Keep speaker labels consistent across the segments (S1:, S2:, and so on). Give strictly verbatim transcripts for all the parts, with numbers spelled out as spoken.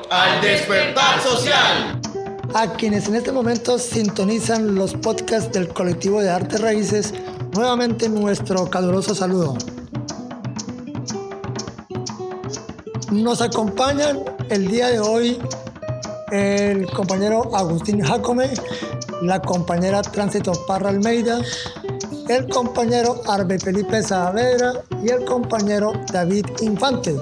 S1: al despertar social.
S2: A quienes en este momento sintonizan los podcasts del colectivo de Arte Raíces, nuevamente nuestro caluroso saludo. Nos acompañan el día de hoy el compañero Agustín Jacome, la compañera Tránsito Parra Almeida, el compañero Arbe Felipe Saavedra y el compañero David Infante.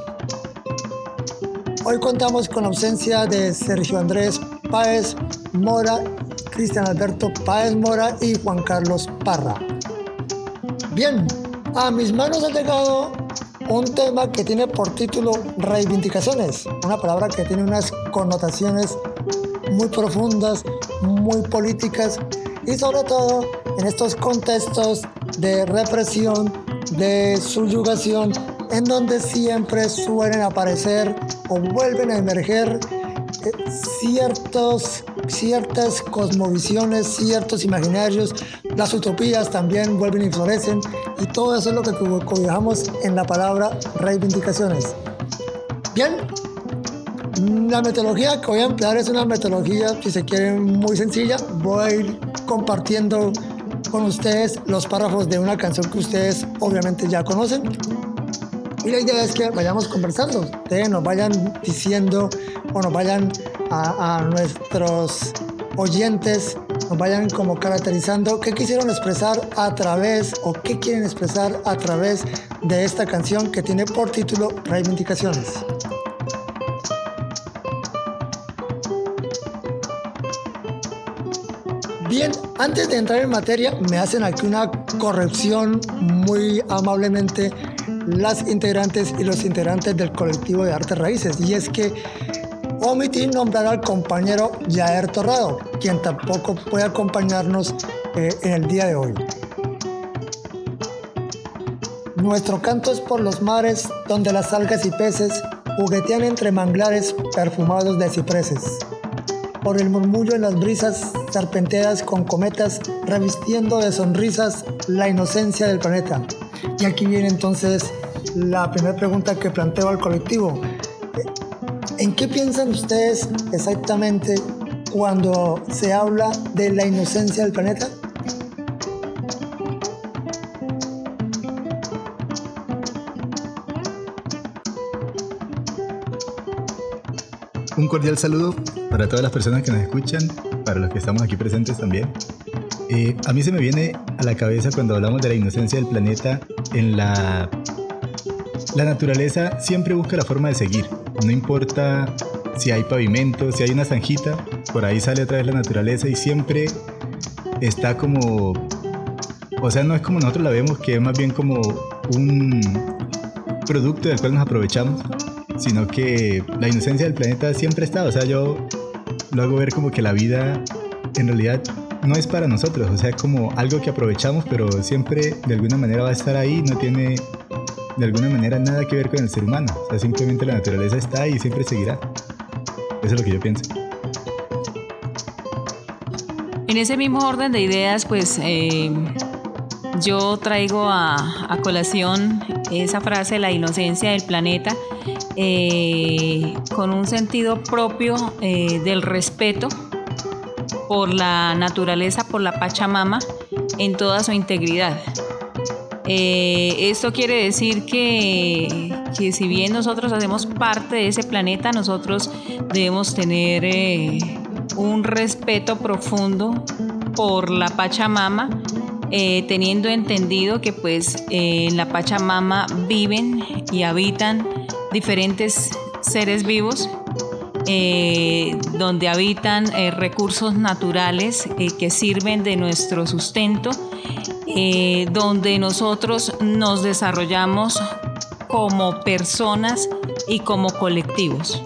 S2: Hoy contamos con la ausencia de Sergio Andrés Páez Mora, Cristian Alberto Páez Mora y Juan Carlos Parra. Bien, a mis manos ha llegado un tema que tiene por título Reivindicaciones, una palabra que tiene unas connotaciones muy profundas, muy políticas y sobre todo en estos contextos de represión, de subyugación, en donde siempre suelen aparecer o vuelven a emerger eh, ciertos, ciertas cosmovisiones, ciertos imaginarios, las utopías también vuelven y florecen, y todo eso es lo que cobijamos en la palabra reivindicaciones. Bien, la metodología que voy a emplear es una metodología, si se quiere, muy sencilla. Voy a ir compartiendo con ustedes los párrafos de una canción que ustedes obviamente ya conocen. Y la idea es que vayamos conversando, ustedes nos vayan diciendo o nos vayan a, a nuestros oyentes, nos vayan como caracterizando qué quisieron expresar a través o qué quieren expresar a través de esta canción que tiene por título Reivindicaciones. Bien, antes de entrar en materia, me hacen aquí una corrección muy amablemente las integrantes y los integrantes del colectivo de Arte Raíces, y es que omití nombrar al compañero Yaer Torrado, quien tampoco puede acompañarnos eh, en el día de hoy. Nuestro canto es por los mares, donde las algas y peces juguetean entre manglares perfumados de cipreses. Por el murmullo en las brisas serpenteas con cometas, revistiendo de sonrisas la inocencia del planeta. Y aquí viene entonces la primera pregunta que planteo al colectivo. ¿En qué piensan ustedes exactamente cuando se habla de la inocencia del planeta?
S3: Un cordial saludo para todas las personas que nos escuchan, para los que estamos aquí presentes también. Eh, a mí se me viene a la cabeza cuando hablamos de la inocencia del planeta, en la... La naturaleza siempre busca la forma de seguir, no importa si hay pavimento, si hay una zanjita, por ahí sale otra vez la naturaleza y siempre está como... O sea, no es como nosotros la vemos, que es más bien como un producto del cual nos aprovechamos, sino que la inocencia del planeta siempre está. O sea, yo lo hago ver como que la vida en realidad no es para nosotros, o sea, es como algo que aprovechamos, pero siempre de alguna manera va a estar ahí, no tiene de alguna manera nada que ver con el ser humano. O sea, simplemente la naturaleza está ahí y siempre seguirá. Eso es lo que yo pienso.
S4: En ese mismo orden de ideas, pues eh, yo traigo a, a colación esa frase, la inocencia del planeta, eh, con un sentido propio eh, del respeto por la naturaleza, por la Pachamama en toda su integridad. Eh, esto quiere decir que, que si bien nosotros hacemos parte de ese planeta, nosotros debemos tener eh, un respeto profundo por la Pachamama, eh, teniendo entendido que pues eh, en la Pachamama viven y habitan diferentes seres vivos, eh, donde habitan eh, recursos naturales eh, que sirven de nuestro sustento, eh, donde nosotros nos desarrollamos como personas y como colectivos.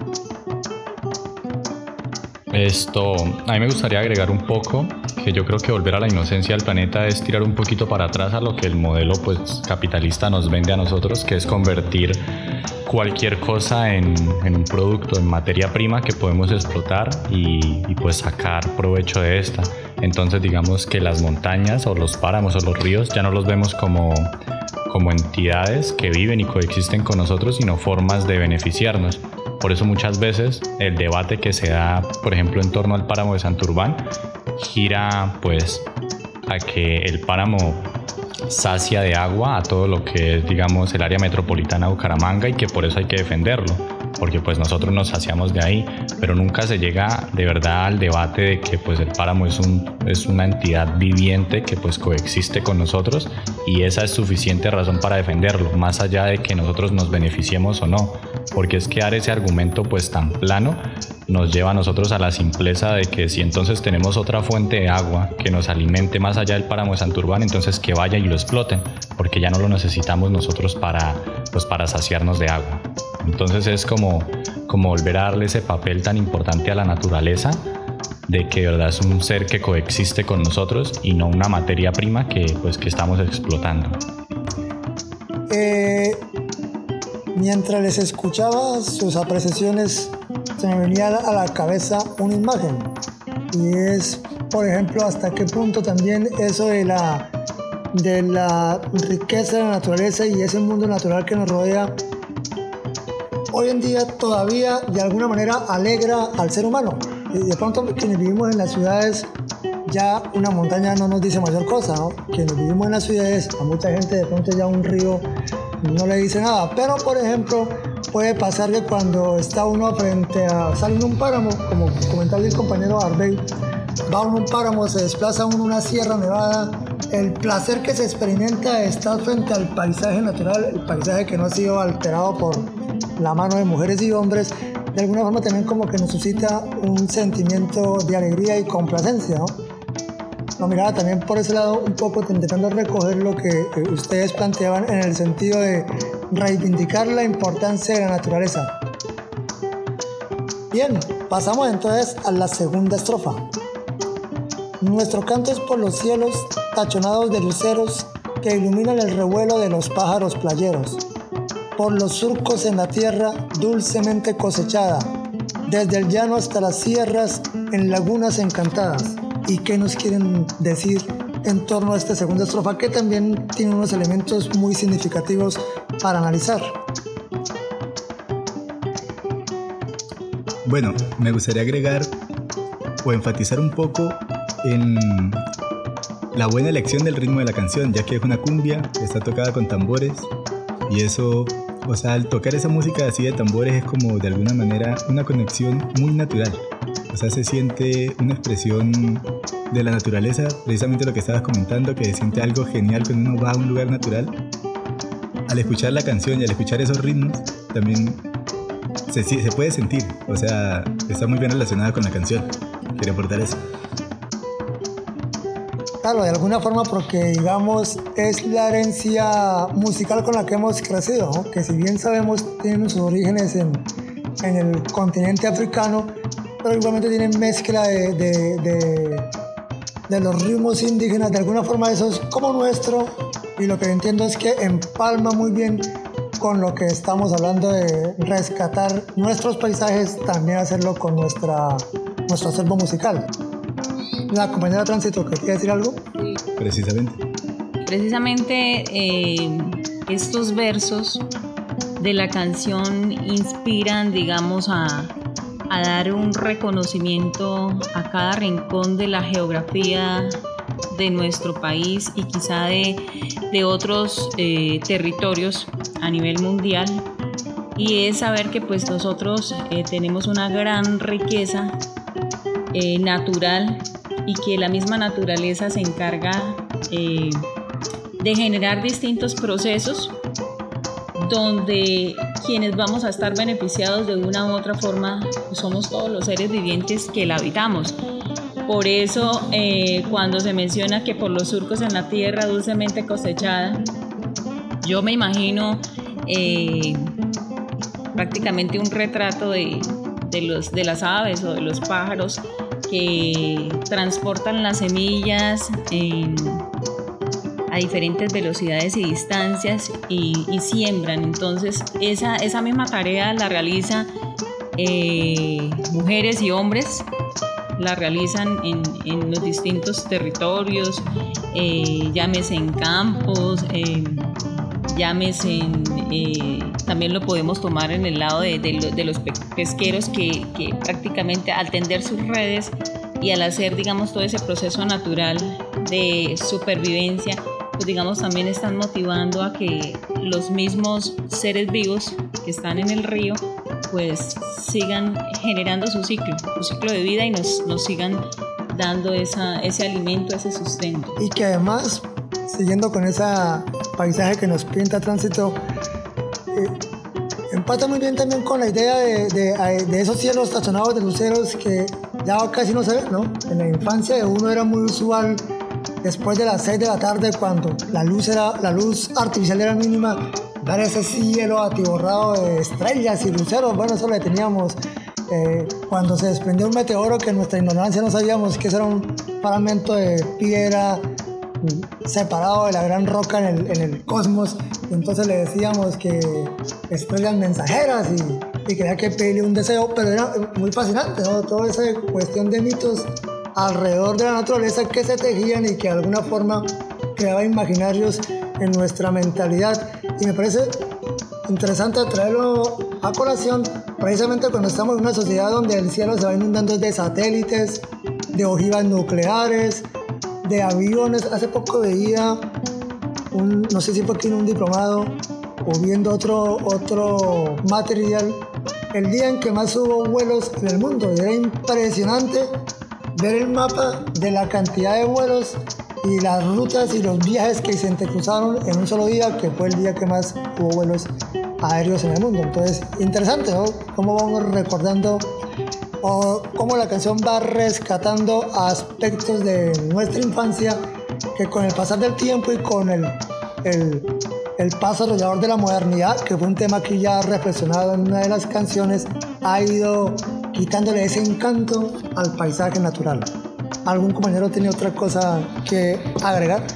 S5: Esto, a mí me gustaría agregar un poco que yo creo que volver a la inocencia del planeta es tirar un poquito para atrás a lo que el modelo pues capitalista nos vende a nosotros, que es convertir cualquier cosa en, en un producto, en materia prima que podemos explotar y, y pues sacar provecho de esta. Entonces digamos que las montañas o los páramos o los ríos ya no los vemos como, como entidades que viven y coexisten con nosotros, sino formas de beneficiarnos. Por eso muchas veces el debate que se da, por ejemplo, en torno al páramo de Santurbán, gira pues a que el páramo sacia de agua a todo lo que es, digamos, el área metropolitana de Bucaramanga, y que por eso hay que defenderlo, porque pues nosotros nos saciamos de ahí, pero nunca se llega de verdad al debate de que pues el páramo es, un, es una entidad viviente que pues coexiste con nosotros, y esa es suficiente razón para defenderlo, más allá de que nosotros nos beneficiemos o no, porque es que dar ese argumento pues tan plano nos lleva a nosotros a la simpleza de que si entonces tenemos otra fuente de agua que nos alimente más allá del páramo de Santurbán, entonces que vaya y lo exploten, porque ya no lo necesitamos nosotros para, pues, para saciarnos de agua. Entonces es como, como volver a darle ese papel tan importante a la naturaleza, de que de verdad es un ser que coexiste con nosotros y no una materia prima que, pues, que estamos explotando.
S2: Eh, mientras les escuchaba sus apreciaciones, se me venía a la cabeza una imagen, y es, por ejemplo, hasta qué punto también eso de la, de la riqueza de la naturaleza y ese mundo natural que nos rodea hoy en día todavía de alguna manera alegra al ser humano. Y de pronto quienes vivimos en las ciudades, ya una montaña no nos dice mayor cosa, ¿no? Quienes vivimos en las ciudades, a mucha gente de pronto ya un río no le dice nada, pero por ejemplo puede pasar que cuando está uno frente a, sale en un páramo, como comentaba el compañero Arbey, va uno a un páramo, se desplaza uno a una sierra nevada, el placer que se experimenta de estar frente al paisaje natural, el paisaje que no ha sido alterado por la mano de mujeres y hombres, de alguna forma también como que nos suscita un sentimiento de alegría y complacencia, ¿no? No, miraba también por ese lado un poco intentando recoger lo que ustedes planteaban en el sentido de reivindicar la importancia de la naturaleza. Bien, pasamos entonces a la segunda estrofa. Nuestro canto es por los cielos tachonados de luceros que iluminan el revuelo de los pájaros playeros, por los surcos en la tierra dulcemente cosechada, desde el llano hasta las sierras en lagunas encantadas. ¿Y qué nos quieren decir en torno a esta segunda estrofa, que también tiene unos elementos muy significativos para analizar?
S3: Bueno, me gustaría agregar o enfatizar un poco en la buena elección del ritmo de la canción, ya que es una cumbia que está tocada con tambores, y eso, o sea, al tocar esa música así de tambores es como de alguna manera una conexión muy natural. O sea, se siente una expresión de la naturaleza, precisamente lo que estabas comentando, que se siente algo genial cuando uno va a un lugar natural. Al escuchar la canción y al escuchar esos ritmos, también se, se puede sentir, o sea, está muy bien relacionada con la canción. Quería aportar eso.
S2: Claro, de alguna forma, porque digamos es la herencia musical con la que hemos crecido, ¿no? Que si bien sabemos tienen sus orígenes en, en el continente africano, pero igualmente tienen mezcla de, de, de, de los ritmos indígenas. De alguna forma eso es como nuestro, y lo que entiendo es que empalma muy bien con lo que estamos hablando de rescatar nuestros paisajes, también hacerlo con nuestra, nuestro acervo musical. La compañera Tránsito, ¿qué quiere decir algo?
S3: Precisamente.
S4: Precisamente eh, estos versos de la canción inspiran, digamos, a, a dar un reconocimiento a cada rincón de la geografía de nuestro país y quizá de, de otros eh, territorios a nivel mundial, y es saber que pues nosotros eh, tenemos una gran riqueza eh, natural, y que la misma naturaleza se encarga eh, de generar distintos procesos donde quienes vamos a estar beneficiados de una u otra forma pues somos todos los seres vivientes que la habitamos. Por eso eh, cuando se menciona que por los surcos en la tierra dulcemente cosechada, yo me imagino eh, prácticamente un retrato de, de, los, de las aves o de los pájaros que transportan las semillas en, a diferentes velocidades y distancias y, y siembran. Entonces esa, esa misma tarea la realizan eh, mujeres y hombres, la realizan en, en los distintos territorios, eh, llámese en campos, eh, llámese, eh, también lo podemos tomar en el lado de, de, de los pesqueros que, que prácticamente al tender sus redes y al hacer, digamos, todo ese proceso natural de supervivencia, pues digamos también están motivando a que los mismos seres vivos que están en el río pues sigan generando su ciclo, su ciclo de vida y nos, nos sigan dando esa, ese alimento, ese sustento.
S2: Y que además, siguiendo con ese paisaje que nos pinta Tránsito, eh, empata muy bien también con la idea de, de, de esos cielos tachonados de luceros que ya casi no se ven, ¿no? En la infancia de uno era muy usual, después de las seis de la tarde, cuando la luz, era, la luz artificial era mínima, ver ese cielo atiborrado de estrellas y luceros. Bueno, eso lo teníamos eh, cuando se desprendió un meteoro que en nuestra ignorancia no sabíamos que eso era un fragmento de piedra separado de la gran roca en el, en el cosmos. Entonces le decíamos que estrellas mensajeras y, y quería que pedirle un deseo, pero era muy fascinante, ¿no? Toda esa cuestión de mitos alrededor de la naturaleza que se tejían y que de alguna forma creaba imaginarios en nuestra mentalidad. Y me parece interesante traerlo a colación precisamente cuando estamos en una sociedad donde el cielo se va inundando de satélites, de ojivas nucleares, de aviones. Hace poco veía un, no sé si fue aquí en un diplomado o viendo otro, otro material, el día en que más hubo vuelos en el mundo. Y era impresionante ver el mapa de la cantidad de vuelos y las rutas y los viajes que se entrecruzaron en un solo día, que fue el día que más hubo vuelos aéreos en el mundo. Entonces, interesante, ¿no? Cómo vamos recordando o cómo la canción va rescatando aspectos de nuestra infancia que con el pasar del tiempo y con el, el, el paso alrededor de la modernidad, que fue un tema que ya reflexionado en una de las canciones, ha ido quitándole ese encanto al paisaje natural. ¿Algún compañero tiene otra cosa que agregar?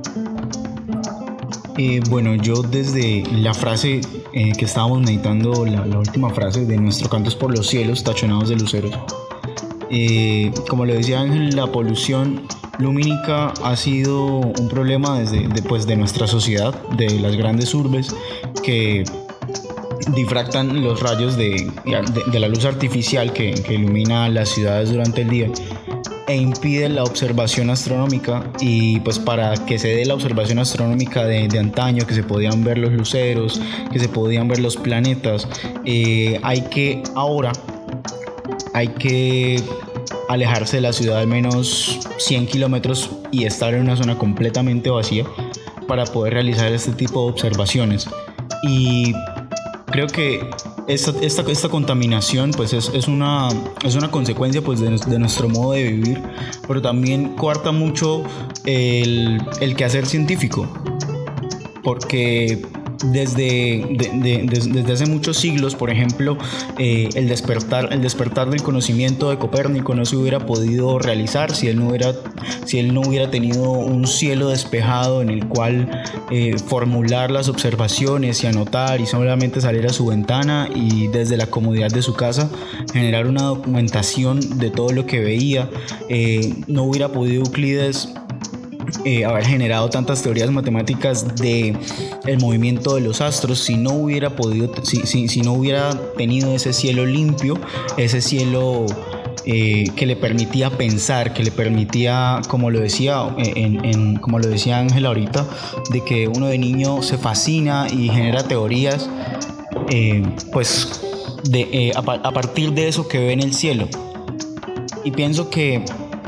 S6: Eh, bueno, yo desde la frase eh, que estábamos meditando, la, la última frase de nuestro canto es por los cielos tachonados de luceros. Eh, como lo decía Ángel, la polución lumínica ha sido un problema desde de, pues, de nuestra sociedad, de las grandes urbes que difractan los rayos de, de, de la luz artificial que, que ilumina las ciudades durante el día e impide la observación astronómica. Y pues para que se dé la observación astronómica de, de antaño, que se podían ver los luceros, que se podían ver los planetas, eh, hay que ahora hay que alejarse de la ciudad al menos cien kilómetros y estar en una zona completamente vacía para poder realizar este tipo de observaciones. Y creo que esta, esta, esta contaminación pues es, es, una, es una consecuencia pues de, de nuestro modo de vivir, pero también coarta mucho el, el quehacer científico, porque desde, de, de, de, desde hace muchos siglos, por ejemplo, eh, el, despertar, el despertar del conocimiento de Copérnico no se hubiera podido realizar si él no hubiera, si él no hubiera tenido un cielo despejado en el cual eh, formular las observaciones y anotar y solamente salir a su ventana y desde la comodidad de su casa generar una documentación de todo lo que veía. Eh, no hubiera podido Euclides Eh, haber generado tantas teorías matemáticas de el movimiento de los astros si no hubiera podido si, si, si no hubiera tenido ese cielo limpio, ese cielo eh, que le permitía pensar, que le permitía, como lo decía en, en, como lo decía Ángel ahorita, de que uno de niño se fascina y genera teorías eh, pues de, eh, a, a partir de eso que ve en el cielo. Y pienso que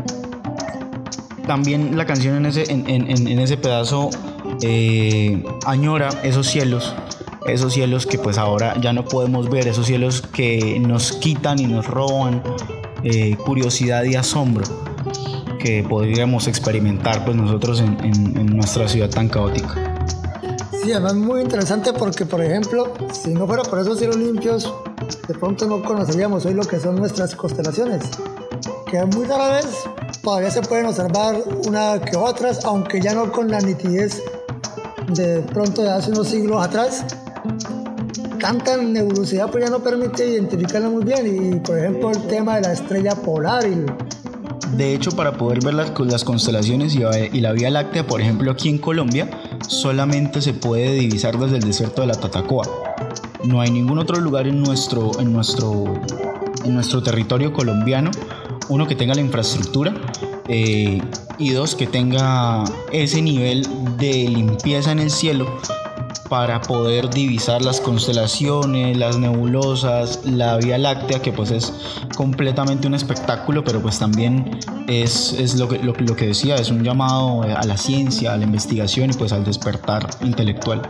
S6: también la canción en ese, en, en, en ese pedazo eh, añora esos cielos, esos cielos que pues ahora ya no podemos ver, esos cielos que nos quitan y nos roban eh, curiosidad y asombro que podríamos experimentar pues nosotros en, en, en nuestra ciudad tan caótica.
S2: Sí, además muy interesante porque, por ejemplo, si no fuera por esos cielos limpios, de pronto no conoceríamos hoy lo que son nuestras constelaciones, que muy rara vez todavía se pueden observar una que otras, aunque ya no con la nitidez de pronto de hace unos siglos atrás. Tanta nebulosidad pues ya no permite identificarla muy bien. Y por ejemplo el tema de la estrella polar y...
S6: De hecho, para poder ver las, las constelaciones y, y la Vía Láctea, por ejemplo aquí en Colombia, solamente se puede divisar desde el desierto de la Tatacoa. No hay ningún otro lugar en nuestro, en nuestro, en nuestro territorio colombiano, uno, que tenga la infraestructura, eh, y dos, que tenga ese nivel de limpieza en el cielo para poder divisar las constelaciones, las nebulosas, la Vía Láctea, que pues es completamente un espectáculo, pero pues también es, es lo, que, lo, lo que decía, es un llamado a la ciencia, a la investigación y pues al despertar intelectual.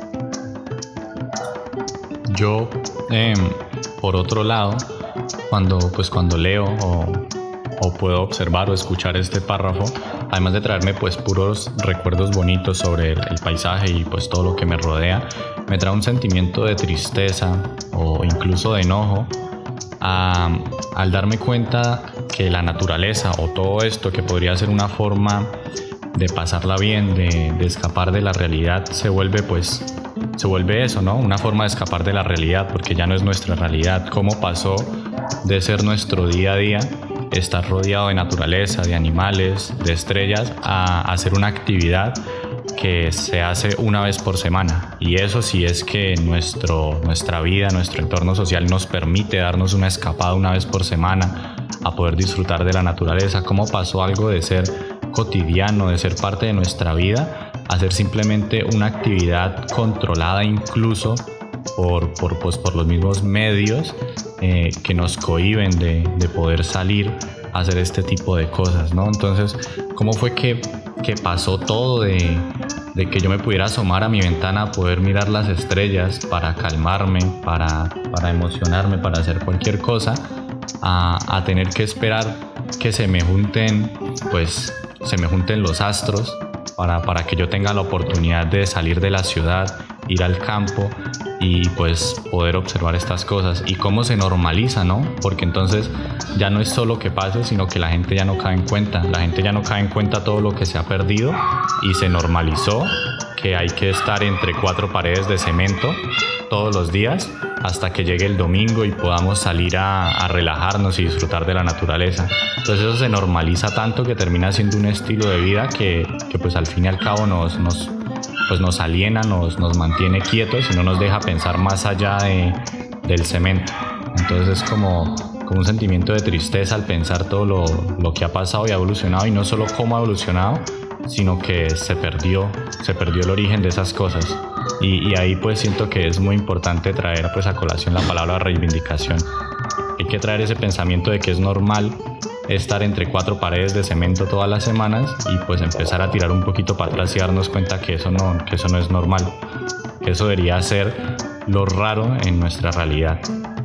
S5: Yo, eh, por otro lado, cuando, pues cuando leo o, o puedo observar o escuchar este párrafo, además de traerme pues puros recuerdos bonitos sobre el, el paisaje y pues todo lo que me rodea, me trae un sentimiento de tristeza o incluso de enojo a, al darme cuenta que la naturaleza o todo esto que podría ser una forma de pasarla bien, de, de escapar de la realidad, se vuelve pues se vuelve eso, ¿no? Una forma de escapar de la realidad, porque ya no es nuestra realidad. ¿Cómo pasó de ser nuestro día a día, estar rodeado de naturaleza, de animales, de estrellas, a hacer una actividad que se hace una vez por semana? Y eso sí es que nuestro, nuestra vida, nuestro entorno social nos permite darnos una escapada una vez por semana a poder disfrutar de la naturaleza. ¿Cómo pasó algo de ser cotidiano, de ser parte de nuestra vida, a ser simplemente una actividad controlada incluso por, por, pues, por los mismos medios eh, que nos cohíben de, de poder salir a hacer este tipo de cosas, ¿no? Entonces, ¿cómo fue que, que pasó todo de, de que yo me pudiera asomar a mi ventana a poder mirar las estrellas para calmarme, para, para emocionarme, para hacer cualquier cosa, a, a tener que esperar que se me junten, pues, se me junten los astros para, para que yo tenga la oportunidad de salir de la ciudad, ir al campo y pues poder observar estas cosas? Y cómo se normaliza, ¿no? Porque entonces ya no es solo que pase, sino que la gente ya no cae en cuenta. La gente ya no cae en cuenta todo lo que se ha perdido y se normalizó que hay que estar entre cuatro paredes de cemento todos los días hasta que llegue el domingo y podamos salir a, a relajarnos y disfrutar de la naturaleza. Entonces eso se normaliza tanto que termina siendo un estilo de vida que, que pues al fin y al cabo nos, nos, pues nos aliena, nos, nos mantiene quietos y no nos deja pensar más allá de, del cemento. Entonces es como, como un sentimiento de tristeza al pensar todo lo, lo que ha pasado y ha evolucionado, y no solo cómo ha evolucionado, sino que se perdió, se perdió el origen de esas cosas. Y, y ahí pues siento que es muy importante traer pues a colación la palabra reivindicación. Hay que traer ese pensamiento de que es normal estar entre cuatro paredes de cemento todas las semanas y pues empezar a tirar un poquito para atrás y darnos cuenta que eso no, que eso no es normal, que eso debería ser lo raro en nuestra realidad.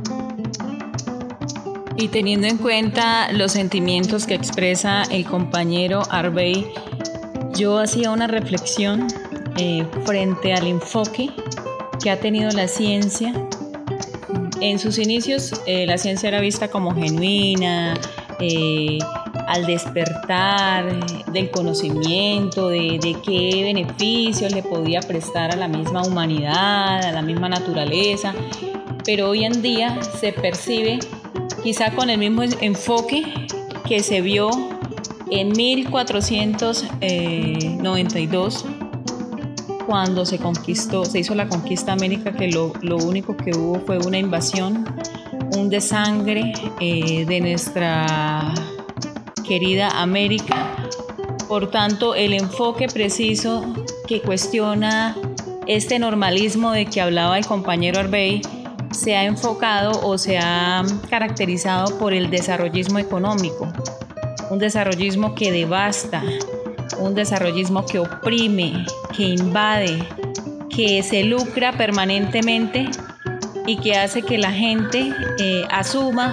S4: Y teniendo en cuenta los sentimientos que expresa el compañero Arbey, yo hacía una reflexión eh, frente al enfoque que ha tenido la ciencia. En sus inicios eh, la ciencia era vista como genuina, eh, al despertar del conocimiento, de, de qué beneficios le podía prestar a la misma humanidad, a la misma naturaleza, pero hoy en día se percibe quizá con el mismo enfoque que se vio en mil cuatrocientos noventa y dos, cuando se conquistó, se hizo la conquista de América, que lo, lo único que hubo fue una invasión, un desangre eh, de nuestra querida América. Por tanto, el enfoque preciso que cuestiona este normalismo de que hablaba el compañero Arbey se ha enfocado o se ha caracterizado por el desarrollismo económico, un desarrollismo que devasta, un desarrollismo que oprime, que invade, que se lucra permanentemente y que hace que la gente eh, asuma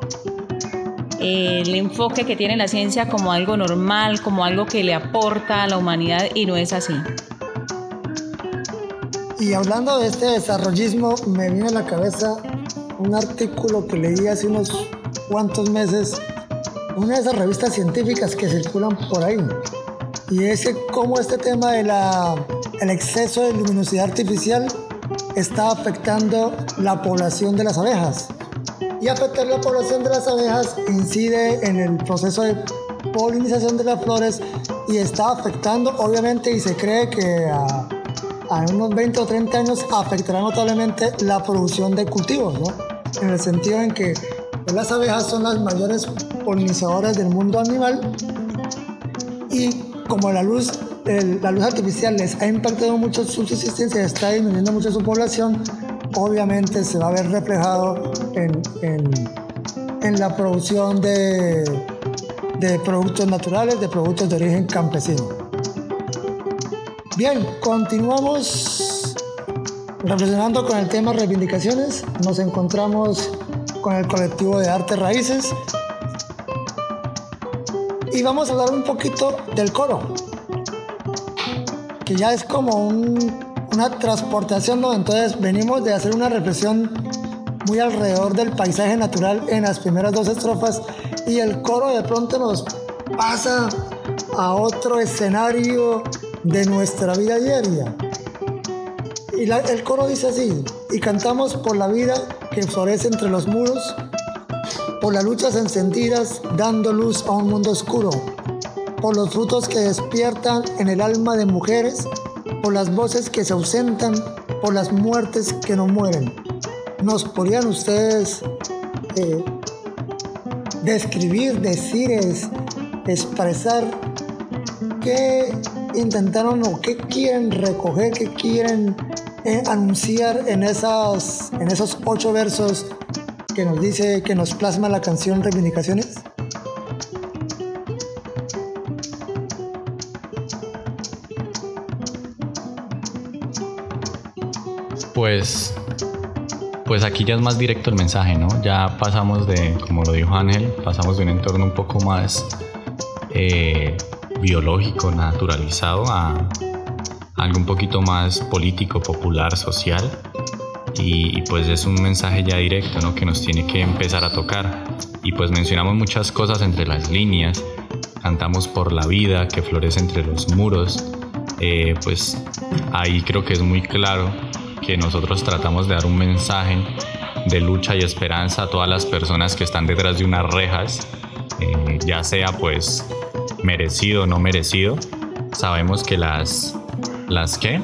S4: el enfoque que tiene la ciencia como algo normal, como algo que le aporta a la humanidad, y no es así.
S2: Y hablando de este desarrollismo, me viene a la cabeza un artículo que leí hace unos cuantos meses en una de esas revistas científicas que circulan por ahí. Y es que cómo este tema del exceso de luminosidad artificial está afectando la población de las abejas. Y afectar la población de las abejas incide en el proceso de polinización de las flores y está afectando, obviamente, y se cree que a, a unos veinte o treinta años afectará notablemente la producción de cultivos, ¿no? En el sentido en que las abejas son las mayores polinizadoras del mundo animal y como la luz, el, la luz artificial les ha impactado mucho su subsistencia, está disminuyendo mucho su población, obviamente se va a ver reflejado en, en, en la producción de, de productos naturales, de productos de origen campesino. Bien, continuamos reflexionando con el tema reivindicaciones. Nos encontramos con el colectivo de Arte Raíces y vamos a hablar un poquito del coro, que ya es como un, una transportación, ¿no? Entonces venimos de hacer una reflexión muy alrededor del paisaje natural en las primeras dos estrofas y el coro de pronto nos pasa a otro escenario de nuestra vida diaria. Y la, el coro dice así: y cantamos por la vida que florece entre los muros, por las luchas encendidas dando luz a un mundo oscuro, por los frutos que despiertan en el alma de mujeres, por las voces que se ausentan, por las muertes que no mueren. ¿Nos podrían ustedes eh, describir, decir, es, expresar qué intentaron o qué quieren recoger, qué quieren eh, anunciar en, esas, en esos ocho versos que nos dice, que nos plasma la canción Reivindicaciones?
S5: Pues, pues aquí ya es más directo el mensaje, ¿no? Ya pasamos de, como lo dijo Ángel, pasamos de un entorno un poco más eh, biológico, naturalizado, a algo un poquito más político, popular, social. Y, y pues es un mensaje ya directo, ¿no? Que nos tiene que empezar a tocar. Y pues mencionamos muchas cosas entre las líneas. Cantamos por la vida que florece entre los muros. Eh, pues ahí creo que es muy claro que nosotros tratamos de dar un mensaje de lucha y esperanza a todas las personas que están detrás de unas rejas, eh, ya sea pues merecido o no merecido. Sabemos que las, las ¿qué?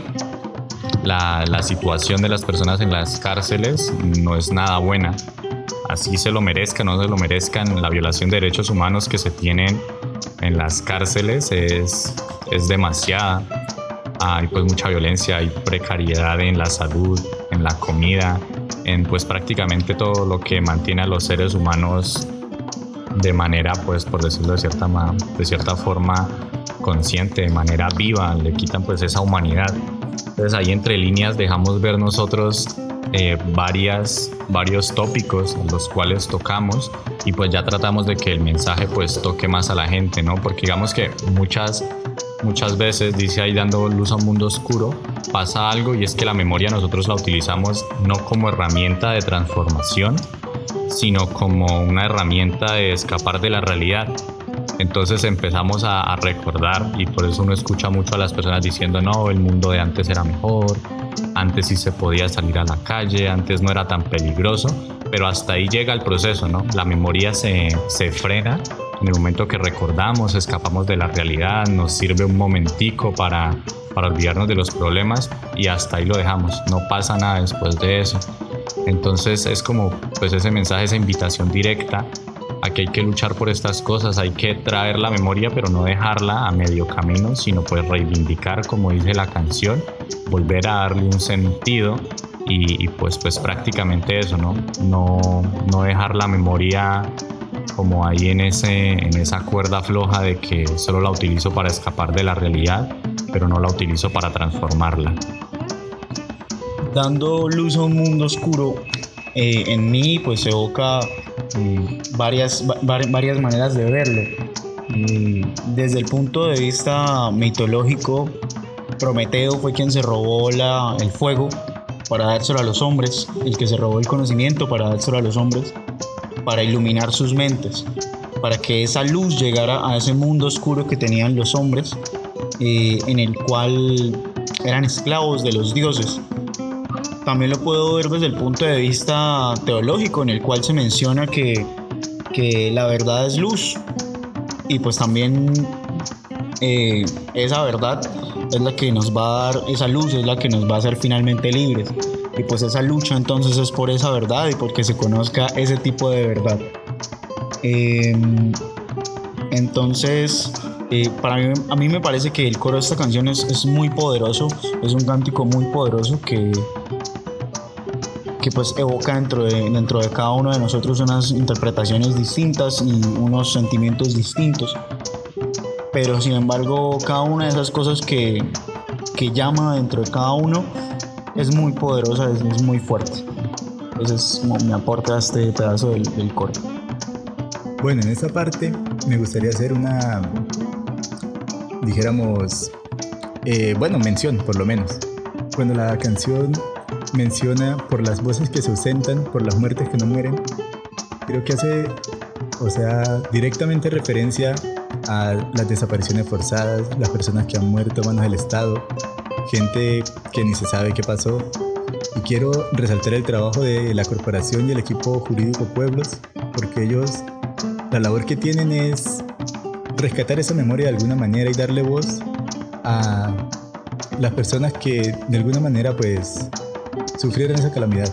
S5: La, la situación de las personas en las cárceles no es nada buena. Así se lo merezcan o no se lo merezcan, la violación de derechos humanos que se tienen en las cárceles es, es demasiada. Hay pues mucha violencia, hay precariedad en la salud, en la comida, en pues prácticamente todo lo que mantiene a los seres humanos de manera, pues por decirlo de cierta, de cierta forma consciente, de manera viva, le quitan pues esa humanidad. Entonces ahí entre líneas dejamos ver nosotros eh, varias, varios tópicos en los cuales tocamos y pues ya tratamos de que el mensaje pues toque más a la gente, ¿no? Porque digamos que muchas... Muchas veces, dice ahí, dando luz a un mundo oscuro, pasa algo y es que la memoria nosotros la utilizamos no como herramienta de transformación, sino como una herramienta de escapar de la realidad. Entonces empezamos a, a recordar y por eso uno escucha mucho a las personas diciendo no, el mundo de antes era mejor, antes sí se podía salir a la calle, antes no era tan peligroso, pero hasta ahí llega el proceso, ¿no? La memoria se, se frena. En el momento que recordamos, escapamos de la realidad, nos sirve un momentico para, para olvidarnos de los problemas y hasta ahí lo dejamos, no pasa nada después de eso. Entonces es como pues ese mensaje, esa invitación directa a que hay que luchar por estas cosas, hay que traer la memoria pero no dejarla a medio camino, sino pues reivindicar, como dice la canción, volver a darle un sentido y, y pues, pues prácticamente eso, ¿no? No, no dejar la memoria como ahí en, ese, en esa cuerda floja de que solo la utilizo para escapar de la realidad, pero no la utilizo para transformarla.
S6: Dando luz a un mundo oscuro, eh, en mí pues evoca eh, varias, va, varias maneras de verlo. Eh, desde el punto de vista mitológico, Prometeo fue quien se robó la, el fuego para dárselo a los hombres, el que se robó el conocimiento para dárselo a los hombres, para iluminar sus mentes, para que esa luz llegara a ese mundo oscuro que tenían los hombres, eh, en el cual eran esclavos de los dioses. También lo puedo ver desde el punto de vista teológico, en el cual se menciona que, que la verdad es luz y pues también eh, esa verdad es la que nos va a dar esa luz, es la que nos va a hacer finalmente libres. Y pues esa lucha entonces es por esa verdad y porque se conozca ese tipo de verdad. Eh, entonces, eh, para mí, a mí me parece que el coro de esta canción es, es muy poderoso, es un cántico muy poderoso que, que pues evoca dentro de, dentro de cada uno de nosotros unas interpretaciones distintas y unos sentimientos distintos. Pero sin embargo, cada una de esas cosas que, que llama dentro de cada uno es muy poderosa, es, es muy fuerte. Ese es como mi aporte a este pedazo del, del coro.
S3: Bueno, en esta parte me gustaría hacer una, dijéramos, eh, bueno, mención por lo menos. Cuando la canción menciona por las voces que se ausentan, por las muertes que no mueren, creo que hace, o sea, directamente referencia a las desapariciones forzadas, las personas que han muerto a manos del Estado, gente que ni se sabe qué pasó. Y quiero resaltar el trabajo de la corporación y el equipo jurídico Pueblos, porque ellos, la labor que tienen es rescatar esa memoria de alguna manera y darle voz a las personas que de alguna manera pues sufrieron esa calamidad.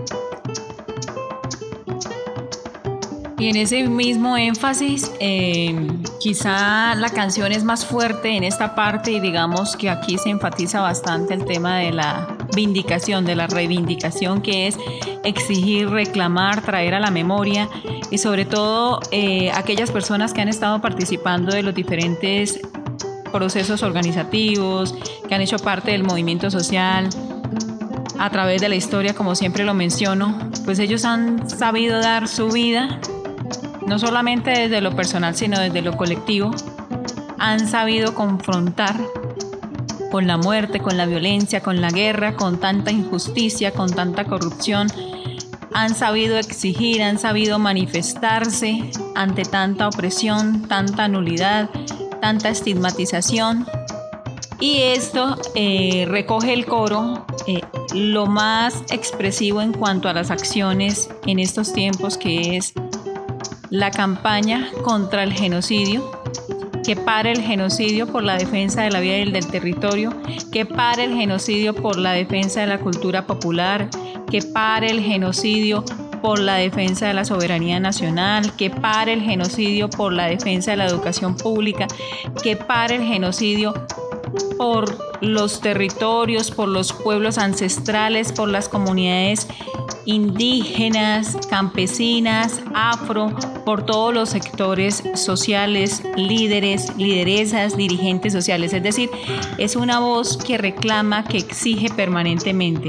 S4: Y en ese mismo énfasis, eh, quizá la canción es más fuerte en esta parte y digamos que aquí se enfatiza bastante el tema de la vindicación, de la reivindicación, que es exigir, reclamar, traer a la memoria y sobre todo eh, aquellas personas que han estado participando de los diferentes procesos organizativos, que han hecho parte del movimiento social a través de la historia, como siempre lo menciono, pues ellos han sabido dar su vida, no solamente desde lo personal, sino desde lo colectivo, han sabido confrontar con la muerte, con la violencia, con la guerra, con tanta injusticia, con tanta corrupción, han sabido exigir, han sabido manifestarse ante tanta opresión, tanta nulidad, tanta estigmatización. Y esto eh, recoge el coro eh, lo más expresivo en cuanto a las acciones en estos tiempos, que es la campaña contra el genocidio, que pare el genocidio por la defensa de la vida y del territorio, que pare el genocidio por la defensa de la cultura popular, que pare el genocidio por la defensa de la soberanía nacional, que pare el genocidio por la defensa de la educación pública, que pare el genocidio por los territorios, por los pueblos ancestrales, por las comunidades indígenas, campesinas, afro, por todos los sectores sociales, líderes, lideresas, dirigentes sociales. Es decir, es una voz que reclama, que exige permanentemente.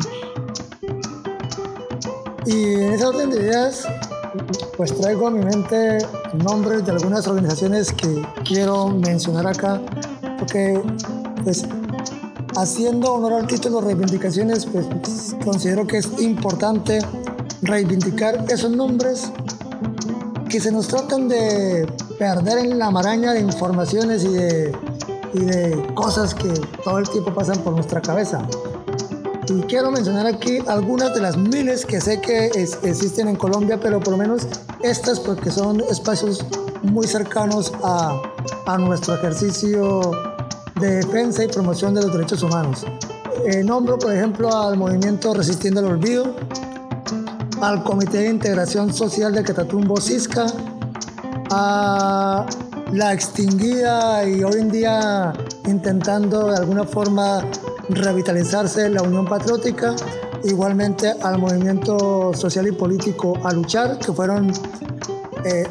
S2: Y en ese orden de ideas, pues traigo a mi mente nombres de algunas organizaciones que quiero mencionar acá, porque pues haciendo honor al título reivindicaciones, pues considero que es importante reivindicar esos nombres que se nos tratan de perder en la maraña de informaciones y de, y de cosas que todo el tiempo pasan por nuestra cabeza. Y quiero mencionar aquí algunas de las miles que sé que es, existen en Colombia, pero por lo menos estas porque son espacios muy cercanos a, a nuestro ejercicio de defensa y promoción de los derechos humanos. Eh, nombro, por ejemplo, al Movimiento Resistiendo al Olvido, al Comité de Integración Social de Catatumbo, CISCA, a la extinguida y hoy en día intentando de alguna forma revitalizarse la Unión Patriótica, igualmente al Movimiento Social y Político A Luchar, que fueron eh,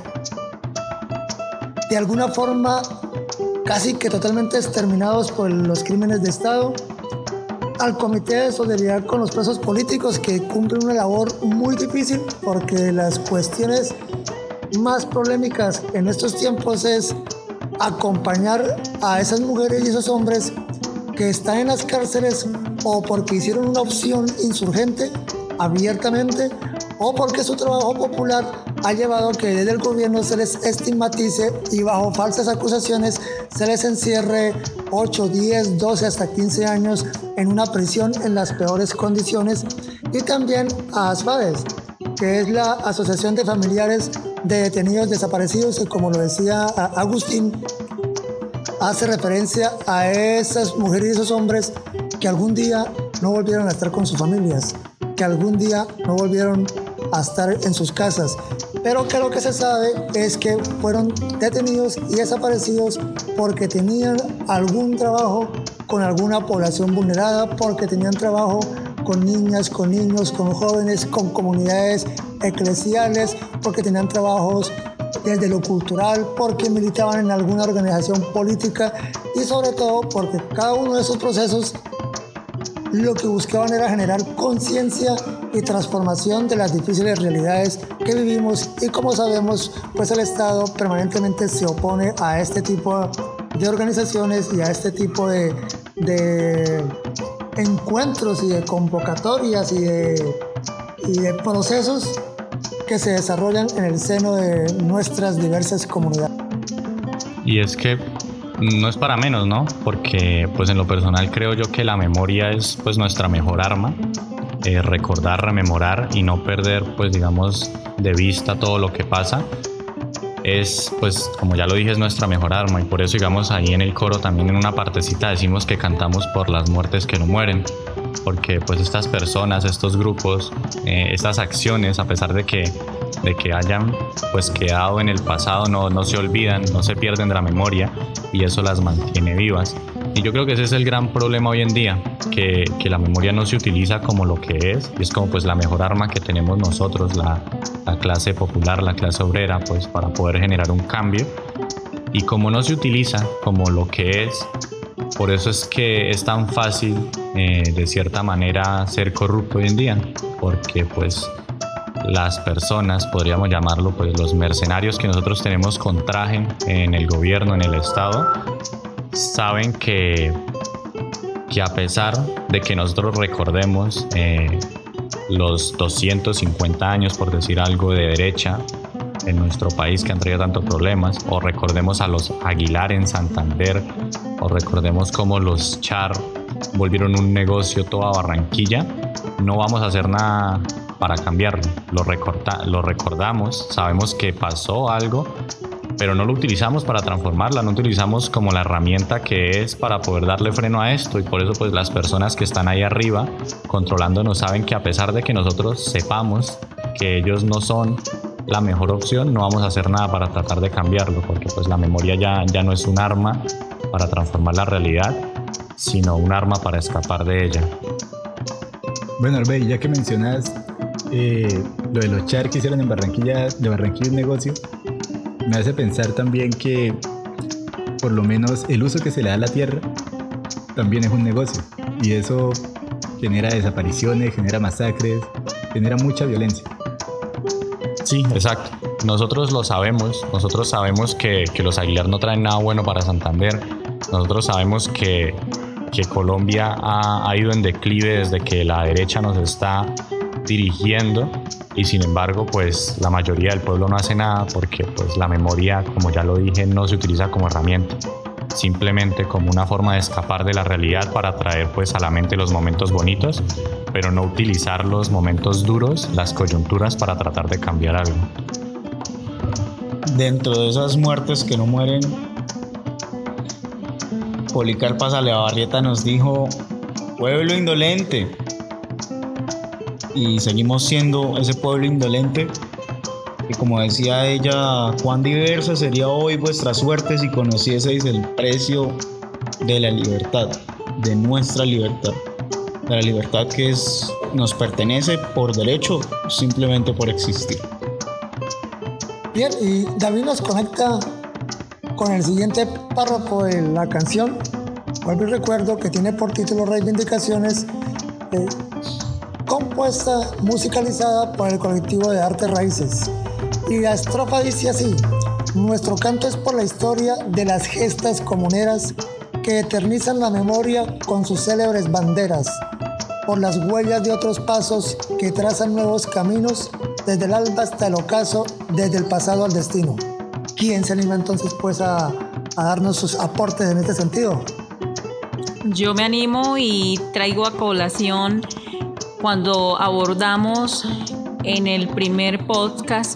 S2: de alguna forma casi que totalmente exterminados por los crímenes de Estado, al Comité de Solidaridad con los Presos Políticos, que cumplen una labor muy difícil porque las cuestiones más polémicas en estos tiempos es acompañar a esas mujeres y esos hombres que están en las cárceles o porque hicieron una opción insurgente abiertamente o porque su trabajo popular ha llevado a que desde el gobierno se les estigmatice y bajo falsas acusaciones se les encierre ocho, diez, doce hasta quince años en una prisión en las peores condiciones. Y también a ASFADES, que es la Asociación de Familiares de detenidos desaparecidos, y como lo decía Agustín, hace referencia a esas mujeres y esos hombres que algún día no volvieron a estar con sus familias, que algún día no volvieron a estar en sus casas, pero que lo que se sabe es que fueron detenidos y desaparecidos porque tenían algún trabajo con alguna población vulnerada, porque tenían trabajo con niñas, con niños, con jóvenes, con comunidades eclesiales, porque tenían trabajos desde lo cultural, porque militaban en alguna organización política, y sobre todo porque cada uno de esos procesos lo que buscaban era generar conciencia y transformación de las difíciles realidades que vivimos, y como sabemos, pues el Estado permanentemente se opone a este tipo de organizaciones y a este tipo de, de encuentros y de convocatorias y de, y de procesos que se desarrollan en el seno de nuestras diversas comunidades.
S5: Y es que no es para menos, ¿no? Porque pues en lo personal creo yo que la memoria es pues nuestra mejor arma. Eh, recordar, rememorar y no perder pues digamos de vista todo lo que pasa es pues como ya lo dije es nuestra mejor arma, y por eso digamos ahí en el coro también en una partecita decimos que cantamos por las muertes que no mueren, porque pues estas personas, estos grupos, eh, estas acciones, a pesar de que, de que hayan pues quedado en el pasado, no, no se olvidan, no se pierden de la memoria, y eso las mantiene vivas. Y yo creo que ese es el gran problema hoy en día, que, que la memoria no se utiliza como lo que es, y es como pues la mejor arma que tenemos nosotros, la, la clase popular, la clase obrera, pues para poder generar un cambio. Y como no se utiliza como lo que es, por eso es que es tan fácil eh, de cierta manera ser corrupto hoy en día, porque pues las personas, podríamos llamarlo pues los mercenarios que nosotros tenemos con traje en el gobierno, en el Estado, saben que, que a pesar de que nosotros recordemos eh, los doscientos cincuenta años, por decir algo, de derecha en nuestro país que han traído tantos problemas, o recordemos a los Aguilar en Santander, o recordemos cómo los Char volvieron un negocio toda Barranquilla, no vamos a hacer nada para cambiarlo. Lo, recorta, lo recordamos, sabemos que pasó algo, pero no lo utilizamos para transformarla, no utilizamos como la herramienta que es para poder darle freno a esto, y por eso pues las personas que están ahí arriba controlándonos saben que a pesar de que nosotros sepamos que ellos no son la mejor opción, no vamos a hacer nada para tratar de cambiarlo, porque pues la memoria ya, ya no es un arma para transformar la realidad, sino un arma para escapar de ella.
S3: Bueno, Arbey, ya que mencionas eh, lo de los Char que hicieron en Barranquilla, de Barranquilla un negocio, me hace pensar también que por lo menos el uso que se le da a la tierra también es un negocio, y eso genera desapariciones, genera masacres, genera mucha violencia.
S5: Sí, exacto. Nosotros lo sabemos, nosotros sabemos que, que los Aguilar no traen nada bueno para Santander, nosotros sabemos que, que Colombia ha, ha ido en declive desde que la derecha nos está dirigiendo, y sin embargo pues la mayoría del pueblo no hace nada porque pues la memoria, como ya lo dije, no se utiliza como herramienta, simplemente como una forma de escapar de la realidad para traer pues a la mente los momentos bonitos, pero no utilizar los momentos duros, las coyunturas, para tratar de cambiar algo.
S6: Dentro de esas muertes que no mueren, Policarpa Saleabarrieta nos dijo: pueblo indolente. Y seguimos siendo ese pueblo indolente, que como decía ella, cuán diversa sería hoy vuestra suerte si conocieseis el precio de la libertad, de nuestra libertad, de la libertad que es, nos pertenece por derecho, simplemente por existir.
S2: Bien, y David nos conecta con el siguiente párrafo de la canción. Vuelvo y recuerdo que tiene por título Reivindicaciones, eh, compuesta, musicalizada por el colectivo de Arte Raíces. Y la estrofa dice así: nuestro canto es por la historia de las gestas comuneras que eternizan la memoria con sus célebres banderas, por las huellas de otros pasos que trazan nuevos caminos, desde el alba hasta el ocaso, desde el pasado al destino. ¿Quién se anima entonces pues a, a darnos sus aportes en este sentido?
S4: Yo me animo y traigo a colación cuando abordamos en el primer podcast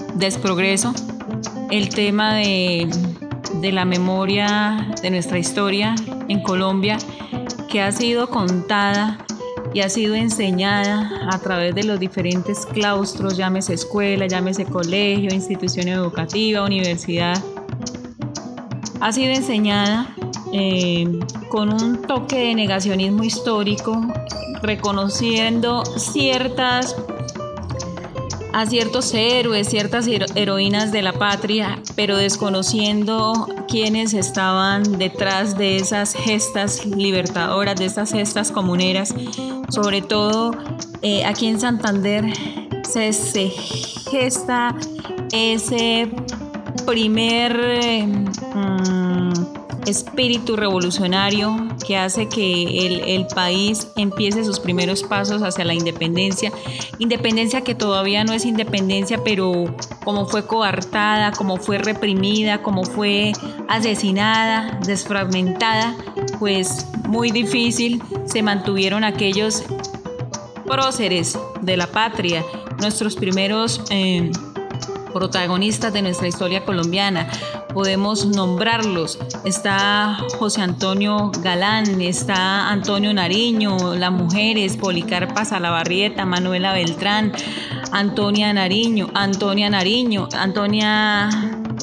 S4: desprogreso, el tema de, de la memoria de nuestra historia en Colombia, que ha sido contada y ha sido enseñada a través de los diferentes claustros, llámese escuela, llámese colegio, institución educativa, universidad. Ha sido enseñada eh, con un toque de negacionismo histórico, reconociendo ciertas a ciertos héroes, ciertas hero- heroínas de la patria, pero desconociendo quiénes estaban detrás de esas gestas libertadoras, de esas gestas comuneras. Sobre todo eh, aquí en Santander se, se gesta ese primer eh, mm, espíritu revolucionario que hace que el, el país empiece sus primeros pasos hacia la independencia. Independencia que todavía no es independencia, pero como fue coartada, como fue reprimida, como fue asesinada, desfragmentada, pues muy difícil se mantuvieron aquellos próceres de la patria, nuestros primeros eh, protagonistas de nuestra historia colombiana. Podemos nombrarlos. Está José Antonio Galán, está Antonio Nariño, las mujeres, Policarpa Salabarrieta, Manuela Beltrán, Antonia Nariño, Antonia Nariño, Antonia,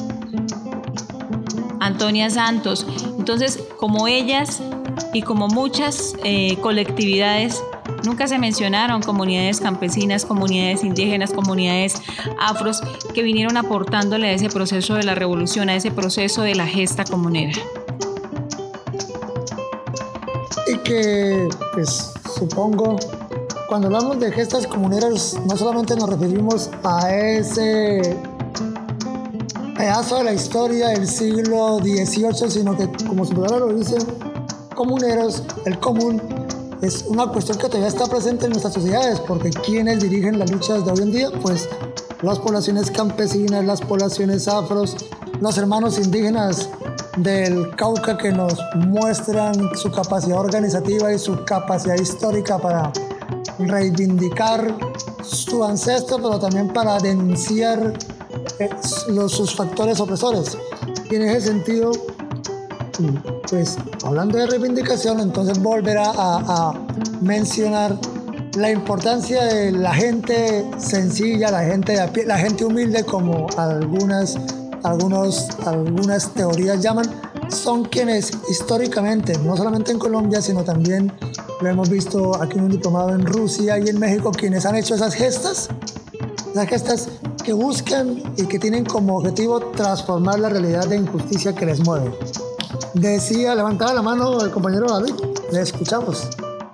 S4: Antonia Santos. Entonces, como ellas y como muchas eh, colectividades, nunca se mencionaron comunidades campesinas, comunidades indígenas, comunidades afros que vinieron aportándole a ese proceso de la revolución, a ese proceso de la gesta comunera.
S2: Y que, pues, supongo, cuando hablamos de gestas comuneras, no solamente nos referimos a ese pedazo de la historia del siglo dieciocho, sino que, como su palabra lo dice, comuneros, el común, es una cuestión que todavía está presente en nuestras sociedades, porque ¿quiénes dirigen las luchas de hoy en día? Pues las poblaciones campesinas, las poblaciones afros, los hermanos indígenas del Cauca, que nos muestran su capacidad organizativa y su capacidad histórica para reivindicar su ancestro, pero también para denunciar eh, los, sus factores opresores. Y en ese sentido, pues hablando de reivindicación, entonces volverá a, a mencionar la importancia de la gente sencilla, la gente de a pie, la gente humilde, como algunas, algunos, algunas teorías llaman, son quienes históricamente, no solamente en Colombia, sino también lo hemos visto aquí en un diplomado en Rusia y en México, quienes han hecho esas gestas, esas gestas que buscan y que tienen como objetivo transformar la realidad de injusticia que les mueve. Decía, levantaba la mano el compañero David, le escuchamos.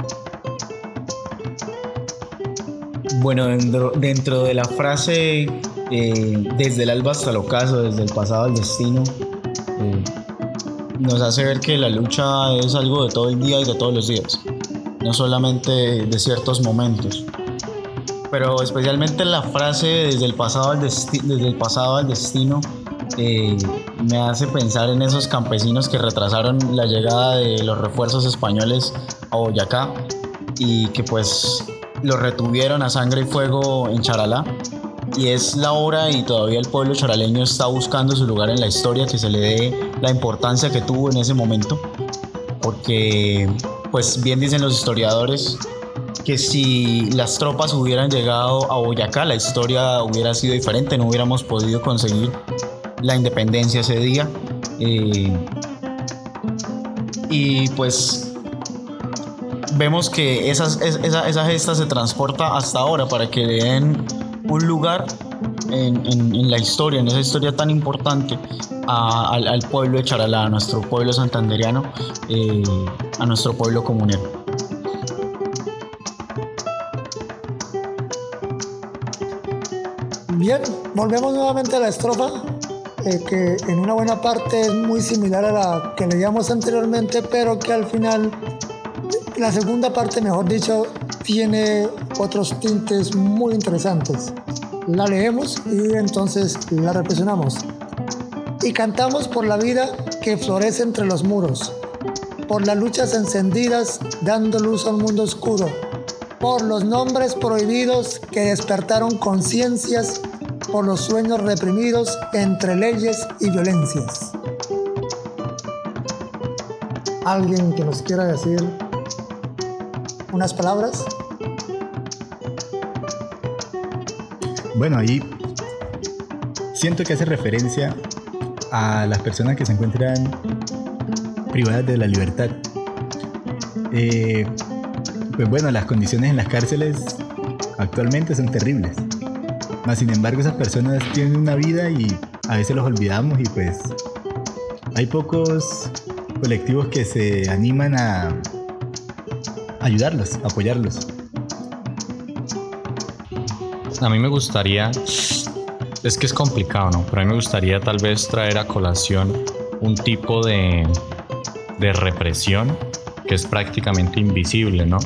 S6: Bueno, dentro, dentro de la frase eh, desde el alba hasta el ocaso, desde el pasado al destino, eh, nos hace ver que la lucha es algo de todo el día y de todos los días, no solamente de ciertos momentos. Pero especialmente la frase desde el pasado al, desti- desde el pasado al destino eh, me hace pensar en esos campesinos que retrasaron la llegada de los refuerzos españoles a Boyacá y que pues los retuvieron a sangre y fuego en Charalá. Y es la hora y todavía el pueblo charaleño está buscando su lugar en la historia, que se le dé la importancia que tuvo en ese momento, porque pues bien dicen los historiadores que si las tropas hubieran llegado a Boyacá, la historia hubiera sido diferente, no hubiéramos podido conseguir la independencia ese día. Eh, y pues vemos que esas, esa, esa gesta se transporta hasta ahora para que le den un lugar en, en, en la historia, en esa historia tan importante a, al, al pueblo de Charalá, a nuestro pueblo santanderiano, eh, a nuestro pueblo comunero.
S2: Bien, volvemos nuevamente a la estrofa, eh, que en una buena parte es muy similar a la que leíamos anteriormente, pero que al final, la segunda parte, mejor dicho, tiene otros tintes muy interesantes. La leemos y entonces la reflexionamos. Y cantamos por la vida que florece entre los muros, por las luchas encendidas dando luz a un mundo oscuro, por los nombres prohibidos que despertaron conciencias, por los sueños reprimidos entre leyes y violencias. ¿Alguien que nos quiera decir unas palabras?
S3: Bueno, ahí siento que hace referencia a las personas que se encuentran privadas de la libertad. Eh, pues bueno, las condiciones en las cárceles actualmente son terribles. Mas sin embargo, esas personas tienen una vida y a veces los olvidamos, y pues hay pocos colectivos que se animan a ayudarlos, a apoyarlos.
S5: A mí me gustaría, es que es complicado, ¿no? Pero a mí me gustaría tal vez traer a colación un tipo de, de represión que es prácticamente invisible, ¿no?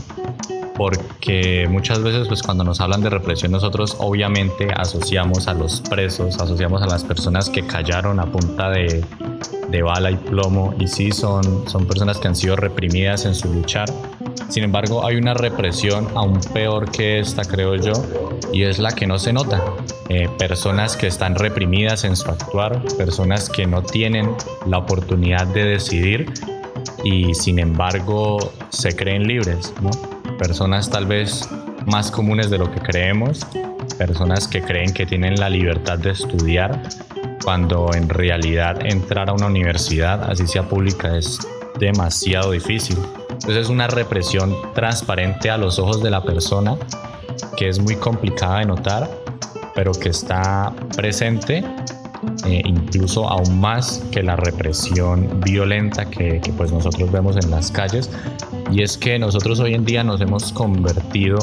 S5: Porque muchas veces pues cuando nos hablan de represión nosotros obviamente asociamos a los presos, asociamos a las personas que callaron a punta de, de bala y plomo, y sí son, son personas que han sido reprimidas en su luchar. Sin embargo, hay una represión aún peor que esta, creo yo, y es la que no se nota. Eh, personas que están reprimidas en su actuar, personas que no tienen la oportunidad de decidir y sin embargo se creen libres, ¿no? Personas tal vez más comunes de lo que creemos, personas que creen que tienen la libertad de estudiar, cuando en realidad entrar a una universidad, así sea pública, es demasiado difícil. Entonces es una represión transparente a los ojos de la persona, que es muy complicada de notar, pero que está presente, eh, incluso aún más que la represión violenta que, que pues nosotros vemos en las calles. Y es que nosotros hoy en día nos hemos convertido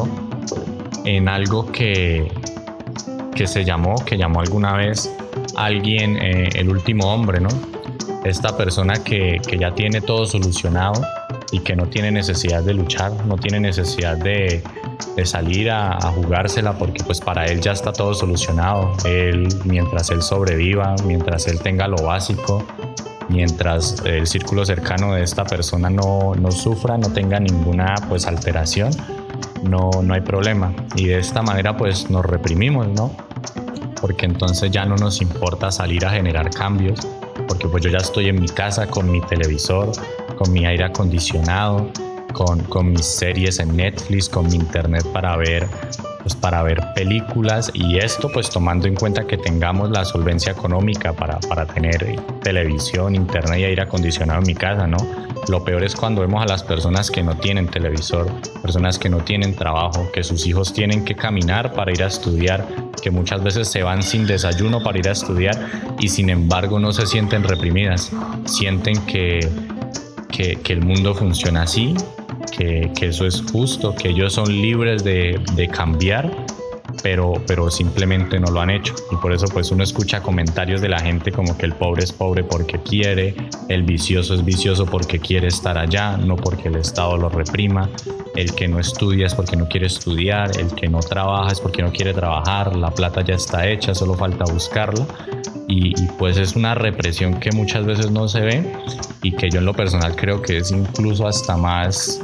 S5: en algo que, que se llamó, que llamó alguna vez alguien eh, el último hombre, ¿no? Esta persona que, que ya tiene todo solucionado y que no tiene necesidad de luchar, no tiene necesidad de, de salir a, a jugársela, porque pues para él ya está todo solucionado. Él, mientras él sobreviva, mientras él tenga lo básico, mientras el círculo cercano de esta persona no, no sufra, no tenga ninguna pues alteración, no, no hay problema. Y de esta manera pues nos reprimimos, ¿no? Porque entonces ya no nos importa salir a generar cambios, porque pues yo ya estoy en mi casa con mi televisor, con mi aire acondicionado, con, con mis series en Netflix, con mi internet para ver, pues para ver películas, y esto pues tomando en cuenta que tengamos la solvencia económica para, para tener televisión, internet y aire acondicionado en mi casa, ¿no? Lo peor es cuando vemos a las personas que no tienen televisor, personas que no tienen trabajo, que sus hijos tienen que caminar para ir a estudiar, que muchas veces se van sin desayuno para ir a estudiar y sin embargo no se sienten reprimidas, sienten que, que, que el mundo funciona así, que, que eso es justo, que ellos son libres de, de cambiar, pero, pero simplemente no lo han hecho. Y por eso pues uno escucha comentarios de la gente como que el pobre es pobre porque quiere, el vicioso es vicioso porque quiere estar allá, no porque el Estado lo reprima, el que no estudia es porque no quiere estudiar, el que no trabaja es porque no quiere trabajar, la plata ya está hecha, solo falta buscarla. Y, y pues es una represión que muchas veces no se ve y que yo en lo personal creo que es incluso hasta más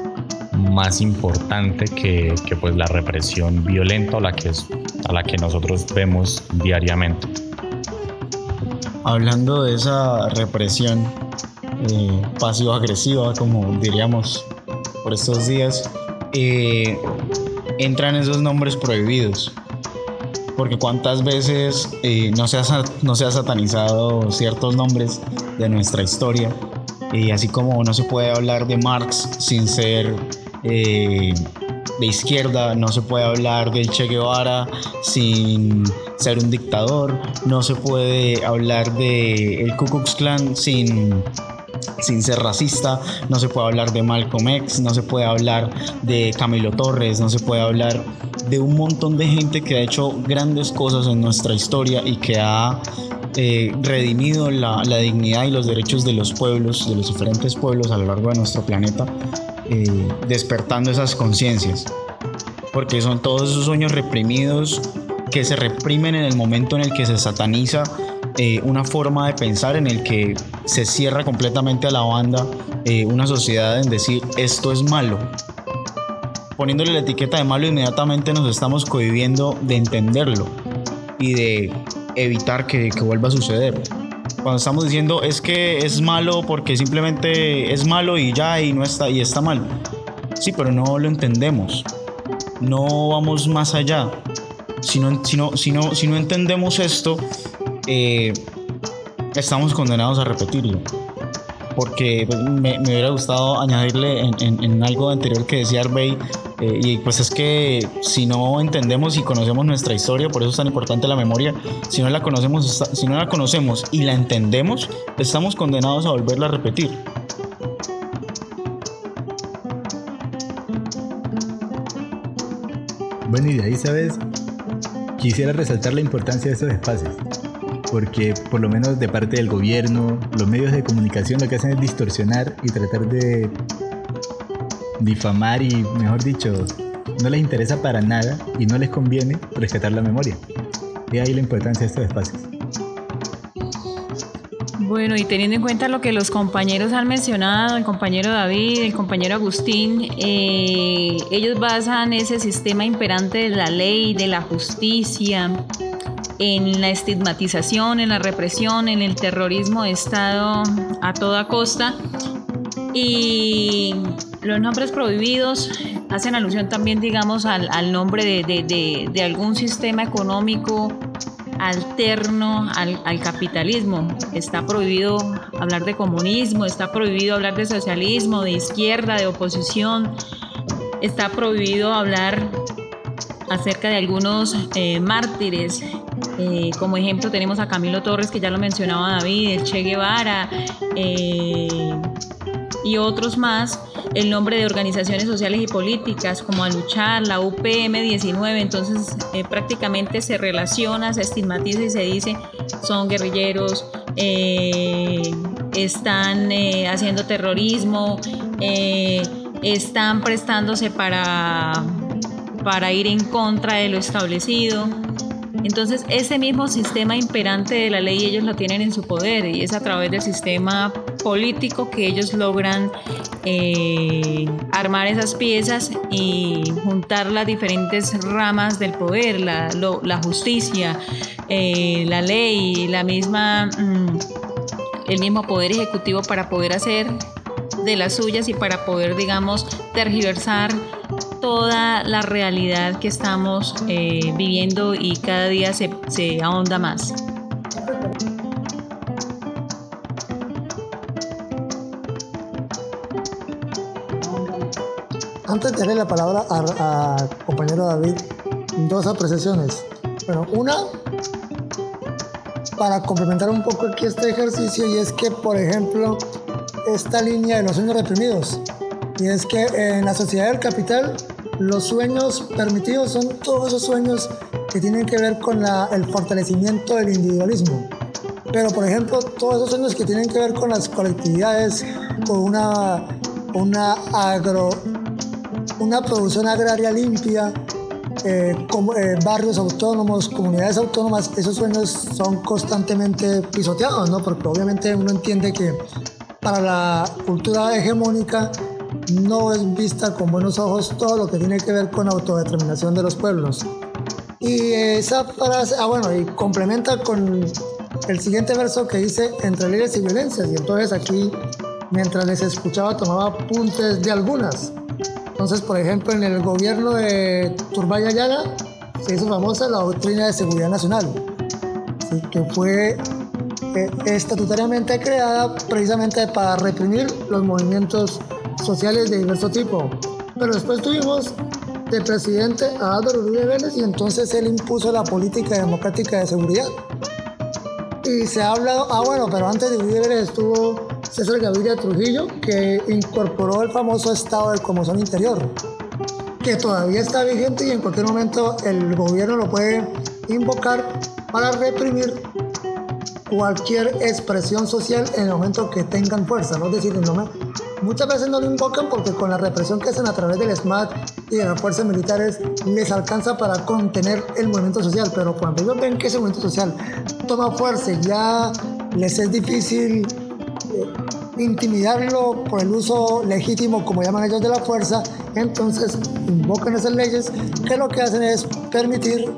S5: más importante que, que pues la represión violenta, o la que es, a la que nosotros vemos diariamente.
S6: Hablando de esa represión eh, pasivo-agresiva, como diríamos por estos días, eh, entran esos nombres prohibidos. Porque cuántas veces eh, no, se ha, no se ha satanizado ciertos nombres de nuestra historia. Y así como no se puede hablar de Marx sin ser eh, de izquierda, no se puede hablar del Che Guevara sin ser un dictador, no se puede hablar del Ku Klux Klan sin, sin ser racista, no se puede hablar de Malcolm X, no se puede hablar de Camilo Torres, no se puede hablar de un montón de gente que ha hecho grandes cosas en nuestra historia y que ha Eh, redimido la, la dignidad y los derechos de los pueblos, de los diferentes pueblos a lo largo de nuestro planeta, eh, despertando esas conciencias, porque son todos esos sueños reprimidos que se reprimen en el momento en el que se sataniza eh, una forma de pensar, en el que se cierra completamente a la banda eh, una sociedad en decir esto es malo. Poniéndole la etiqueta de malo, inmediatamente nos estamos cohibiendo de entenderlo. y de evitar que, que vuelva a suceder. Cuando estamos diciendo es que es malo porque simplemente es malo y ya, y no está, y está mal. Sí, pero no lo entendemos. No vamos más allá. Si no, si no, si no, si no entendemos esto, eh, estamos condenados a repetirlo. Porque pues, me, me hubiera gustado añadirle en, en, en algo anterior que decía Arbey, eh, y pues es que si no entendemos y conocemos nuestra historia, por eso es tan importante la memoria, si no la conocemos, si no la conocemos y la entendemos, estamos condenados a volverla a repetir.
S3: Bueno, y de ahí, ¿sabes? Quisiera resaltar la importancia de estos espacios, porque por lo menos de parte del gobierno, los medios de comunicación lo que hacen es distorsionar y tratar de difamar y, mejor dicho, no les interesa para nada y no les conviene rescatar la memoria. De ahí la importancia de estos espacios.
S4: Bueno, y teniendo en cuenta lo que los compañeros han mencionado, el compañero David, el compañero Agustín, eh, ellos basan ese sistema imperante de la ley, de la justicia, en la estigmatización, en la represión, en el terrorismo de Estado a toda costa. Y los nombres prohibidos hacen alusión también, digamos, al, al nombre de, de, de, de algún sistema económico alterno al, al capitalismo. Está prohibido hablar de comunismo, está prohibido hablar de socialismo, de izquierda, de oposición, está prohibido hablar acerca de algunos eh, mártires. Eh, como ejemplo tenemos a Camilo Torres, que ya lo mencionaba David, el Che Guevara, eh, y otros más, el nombre de organizaciones sociales y políticas como Aluchar, la U P M diecinueve, entonces eh, prácticamente se relaciona, se estigmatiza y se dice son guerrilleros, eh, están eh, haciendo terrorismo, eh, están prestándose para, para ir en contra de lo establecido. Entonces ese mismo sistema imperante de la ley ellos lo tienen en su poder, y es a través del sistema político que ellos logran eh, armar esas piezas y juntar las diferentes ramas del poder, la, lo, la justicia, eh, la ley, la misma, mm, el mismo poder ejecutivo para poder hacer de las suyas y para poder, digamos, tergiversar toda la realidad que estamos eh, viviendo, y cada día se, se ahonda más.
S2: Antes de darle la palabra a, a compañero David, dos apreciaciones. Bueno, una, para complementar un poco aquí este ejercicio, y es que, por ejemplo, esta línea de los sueños reprimidos, y es que en la sociedad del capital los sueños permitidos son todos esos sueños que tienen que ver con la, el fortalecimiento del individualismo. Pero, por ejemplo, todos esos sueños que tienen que ver con las colectividades, con una, una, agro, una producción agraria limpia, eh, como, eh, barrios autónomos, comunidades autónomas, esos sueños son constantemente pisoteados, ¿no? Porque obviamente uno entiende que para la cultura hegemónica no es vista con buenos ojos todo lo que tiene que ver con autodeterminación de los pueblos. Y esa frase, ah bueno, y complementa con el siguiente verso que dice entre leyes y violencias, y entonces aquí, mientras les escuchaba, tomaba apuntes de algunas. Entonces, por ejemplo, en el gobierno de Turbay Ayala se hizo famosa la doctrina de seguridad nacional, ¿sí? Que fue eh, estatutariamente creada precisamente para reprimir los movimientos sociales de diverso tipo. Pero después tuvimos de presidente a Álvaro Uribe Vélez, y entonces él impuso la política democrática de seguridad. Y se ha hablado, ah bueno, pero antes de Uribe Vélez estuvo César Gaviria Trujillo, que incorporó el famoso estado de conmoción interior, que todavía está vigente y en cualquier momento el gobierno lo puede invocar para reprimir cualquier expresión social en el momento que tengan fuerza, ¿no? Es decir, en el momento, muchas veces no lo invocan porque con la represión que hacen a través del SMAT y de las fuerzas militares les alcanza para contener el movimiento social, pero cuando ellos ven que ese movimiento social toma fuerza y ya les es difícil eh, intimidarlo por el uso legítimo, como llaman ellos, de la fuerza, entonces invocan esas leyes que lo que hacen es permitir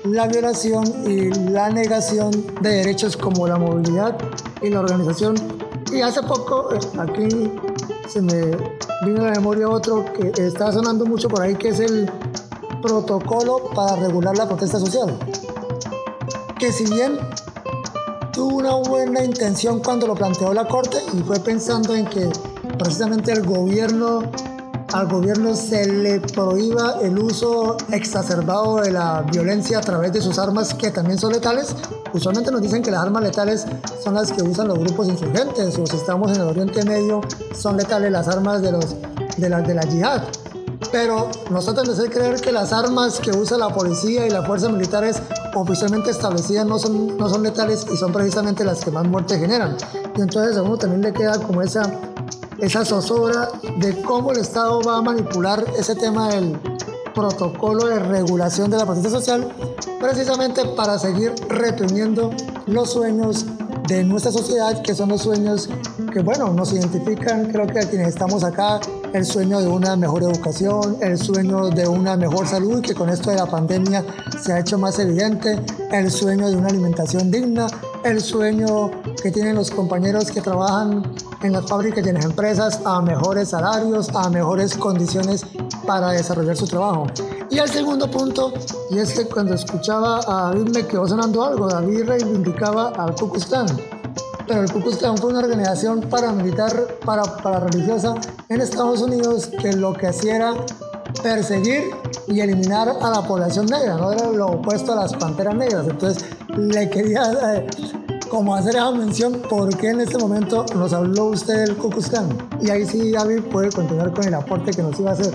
S2: la violación y la negación de derechos como la movilidad y la organización. Y hace poco, aquí se me vino a la memoria otro que está sonando mucho por ahí, que es el protocolo para regular la protesta social, que si bien tuvo una buena intención cuando lo planteó la Corte y fue pensando en que precisamente el gobierno, al gobierno se le prohíba el uso exacerbado de la violencia a través de sus armas, que también son letales. Usualmente nos dicen que las armas letales son las que usan los grupos insurgentes, o si estamos en el Oriente Medio son letales las armas de, los, de, la, de la yihad. Pero nosotros nos hace creer que las armas que usa la policía y las fuerzas militares oficialmente establecidas no son, no son letales y son precisamente las que más muertes generan. Y entonces a uno también le queda como esa, esa zozobra de cómo el Estado va a manipular ese tema del protocolo de regulación de la protesta social, precisamente para seguir reprimiendo los sueños de nuestra sociedad, que son los sueños que, bueno, nos identifican, creo que a quienes estamos acá, el sueño de una mejor educación, el sueño de una mejor salud, que con esto de la pandemia se ha hecho más evidente, el sueño de una alimentación digna, el sueño que tienen los compañeros que trabajan en las fábricas y en las empresas a mejores salarios, a mejores condiciones para desarrollar su trabajo. Y el segundo punto, y es que cuando escuchaba a David me quedó sonando algo. David reivindicaba al Ku Klux Klan, pero el Ku Klux Klan fue una organización paramilitar, para, para religiosa en Estados Unidos, que lo que hacía era perseguir y eliminar a la población negra, no era lo opuesto a las panteras negras. Entonces le quería eh, como hacer esa mención, porque en este momento nos habló usted del Ku Klux Klan, y ahí sí David puede continuar con el aporte que nos iba a hacer.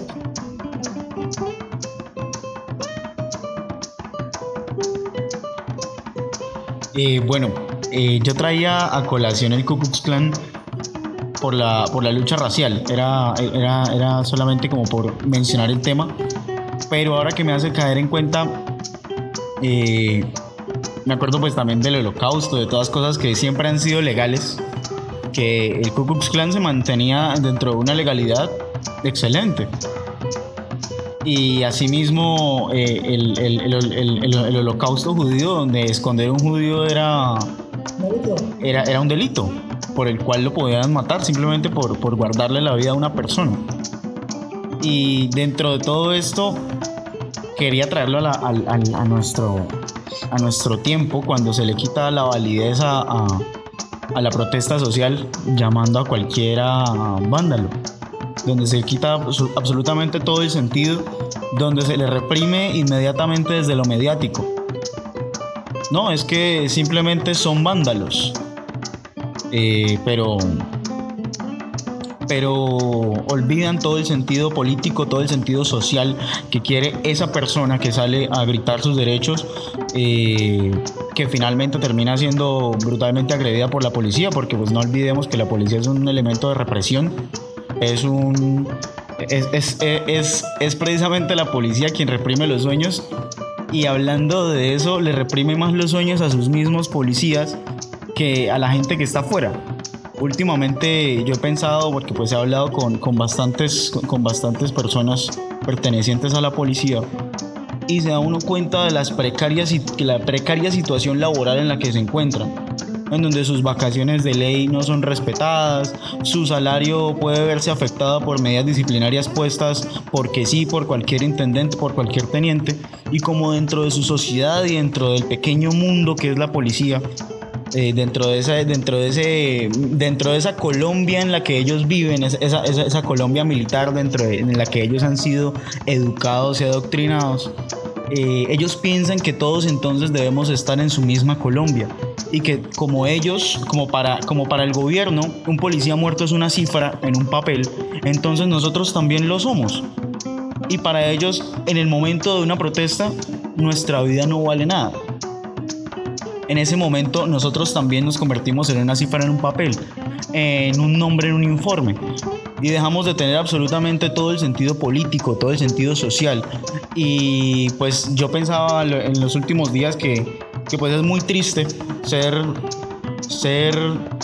S6: Eh, bueno, eh, yo traía a colación el Ku Klux Klan por la, por la lucha racial. Era, era, era solamente como por mencionar el tema. Pero ahora que me hace caer en cuenta, eh, me acuerdo pues también del Holocausto, de todas cosas que siempre han sido legales, que el Ku Klux Klan se mantenía dentro de una legalidad excelente. Y asimismo eh, el, el, el, el, el, el holocausto judío, donde esconder un judío era, era, era un delito por el cual lo podían matar simplemente por, por guardarle la vida a una persona. Y dentro de todo esto quería traerlo a, la, a, a, a, nuestro, a nuestro tiempo, cuando se le quita la validez a, a, a la protesta social, llamando a cualquiera vándalo, donde se quita absolutamente todo el sentido, donde se le reprime inmediatamente desde lo mediático. No, es que simplemente son vándalos, eh, pero, pero olvidan todo el sentido político, todo el sentido social que quiere esa persona que sale a gritar sus derechos, eh, que finalmente termina siendo brutalmente agredida por la policía, porque pues no olvidemos que la policía es un elemento de represión. Es un es, es, es, es precisamente la policía quien reprime los sueños, y hablando de eso, le reprime más los sueños a sus mismos policías que a la gente que está afuera. Últimamente yo he pensado, porque pues he hablado con, con, bastantes, con, con bastantes personas pertenecientes a la policía, y se da uno cuenta de las precarias, la precaria situación laboral en la que se encuentran, en donde sus vacaciones de ley no son respetadas, su salario puede verse afectado por medidas disciplinarias puestas porque sí, por cualquier intendente, por cualquier teniente, y como dentro de su sociedad y dentro del pequeño mundo que es la policía, eh, dentro de esa, dentro de ese, dentro de esa Colombia en la que ellos viven, esa, esa, esa Colombia militar dentro de, en la que ellos han sido educados y adoctrinados, eh, ellos piensan que todos entonces debemos estar en su misma Colombia, y que como ellos, como para, como para el gobierno, un policía muerto es una cifra en un papel, entonces nosotros también lo somos. Y para ellos, en el momento de una protesta, nuestra vida no vale nada. En ese momento nosotros también nos convertimos en una cifra en un papel, en un nombre en un informe, y dejamos de tener absolutamente todo el sentido político, todo el sentido social. Y pues yo pensaba en los últimos días que, que pues es muy triste ser, ser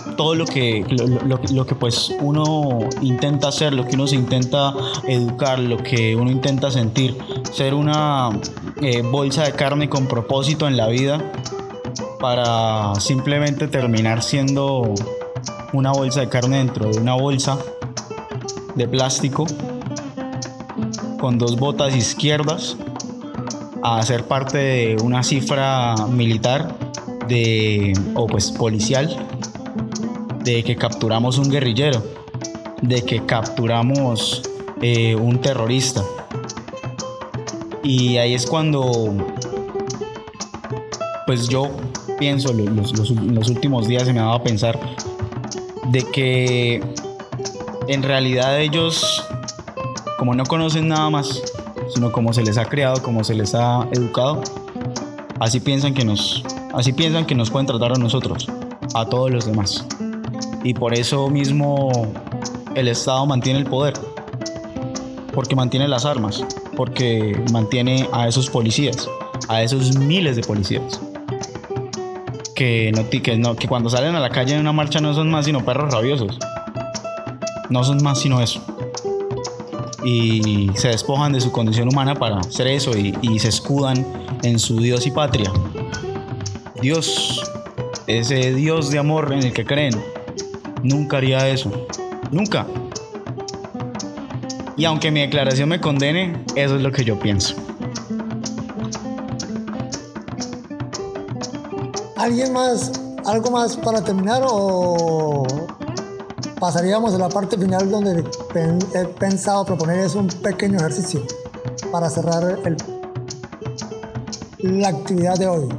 S6: todo lo que, lo, lo, lo que pues uno intenta hacer, lo que uno se intenta educar, lo que uno intenta sentir, ser una eh, bolsa de carne con propósito en la vida para simplemente terminar siendo una bolsa de carne dentro de una bolsa de plástico con dos botas izquierdas a ser parte de una cifra militar de, o pues policial, de que capturamos un guerrillero, de que capturamos eh, un terrorista. Y ahí es cuando pues yo pienso, los, los, los últimos días se me ha dado a pensar de que en realidad ellos, como no conocen nada más, sino como se les ha creado, como se les ha educado, así piensan que nos, así piensan que nos pueden tratar a nosotros, a todos los demás. Y por eso mismo el Estado mantiene el poder, porque mantiene las armas, porque mantiene a esos policías, a esos miles de policías, que, no, que, no, que cuando salen a la calle en una marcha no son más sino perros rabiosos, no son más sino eso. Y se despojan de su condición humana para hacer eso y, y se escudan en su Dios y patria. Dios, ese Dios de amor en el que creen, nunca haría eso, nunca. Y aunque mi declaración me condene, eso es lo que yo pienso.
S2: ¿Alguien más, algo más para terminar o pasaríamos a la parte final donde he pensado proponer es un pequeño ejercicio para cerrar el, la actividad de hoy?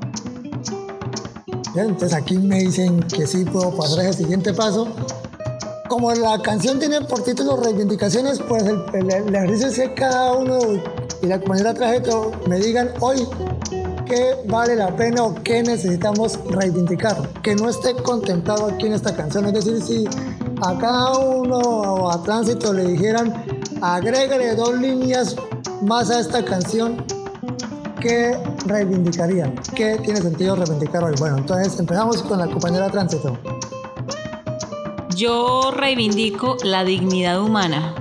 S2: Bien, entonces aquí me dicen que sí puedo pasar al siguiente paso. Como la canción tiene por título reivindicaciones, pues el, el, el ejercicio es que cada uno y la compañera Trajeto me digan hoy qué vale la pena o qué necesitamos reivindicar, que no esté contemplado aquí en esta canción. Es decir, si a cada uno o a Tránsito le dijeran agrégale dos líneas más a esta canción, ¿qué reivindicarían? ¿Qué tiene sentido reivindicar hoy? Bueno, entonces empezamos con la compañera Tránsito.
S4: Yo reivindico la dignidad humana.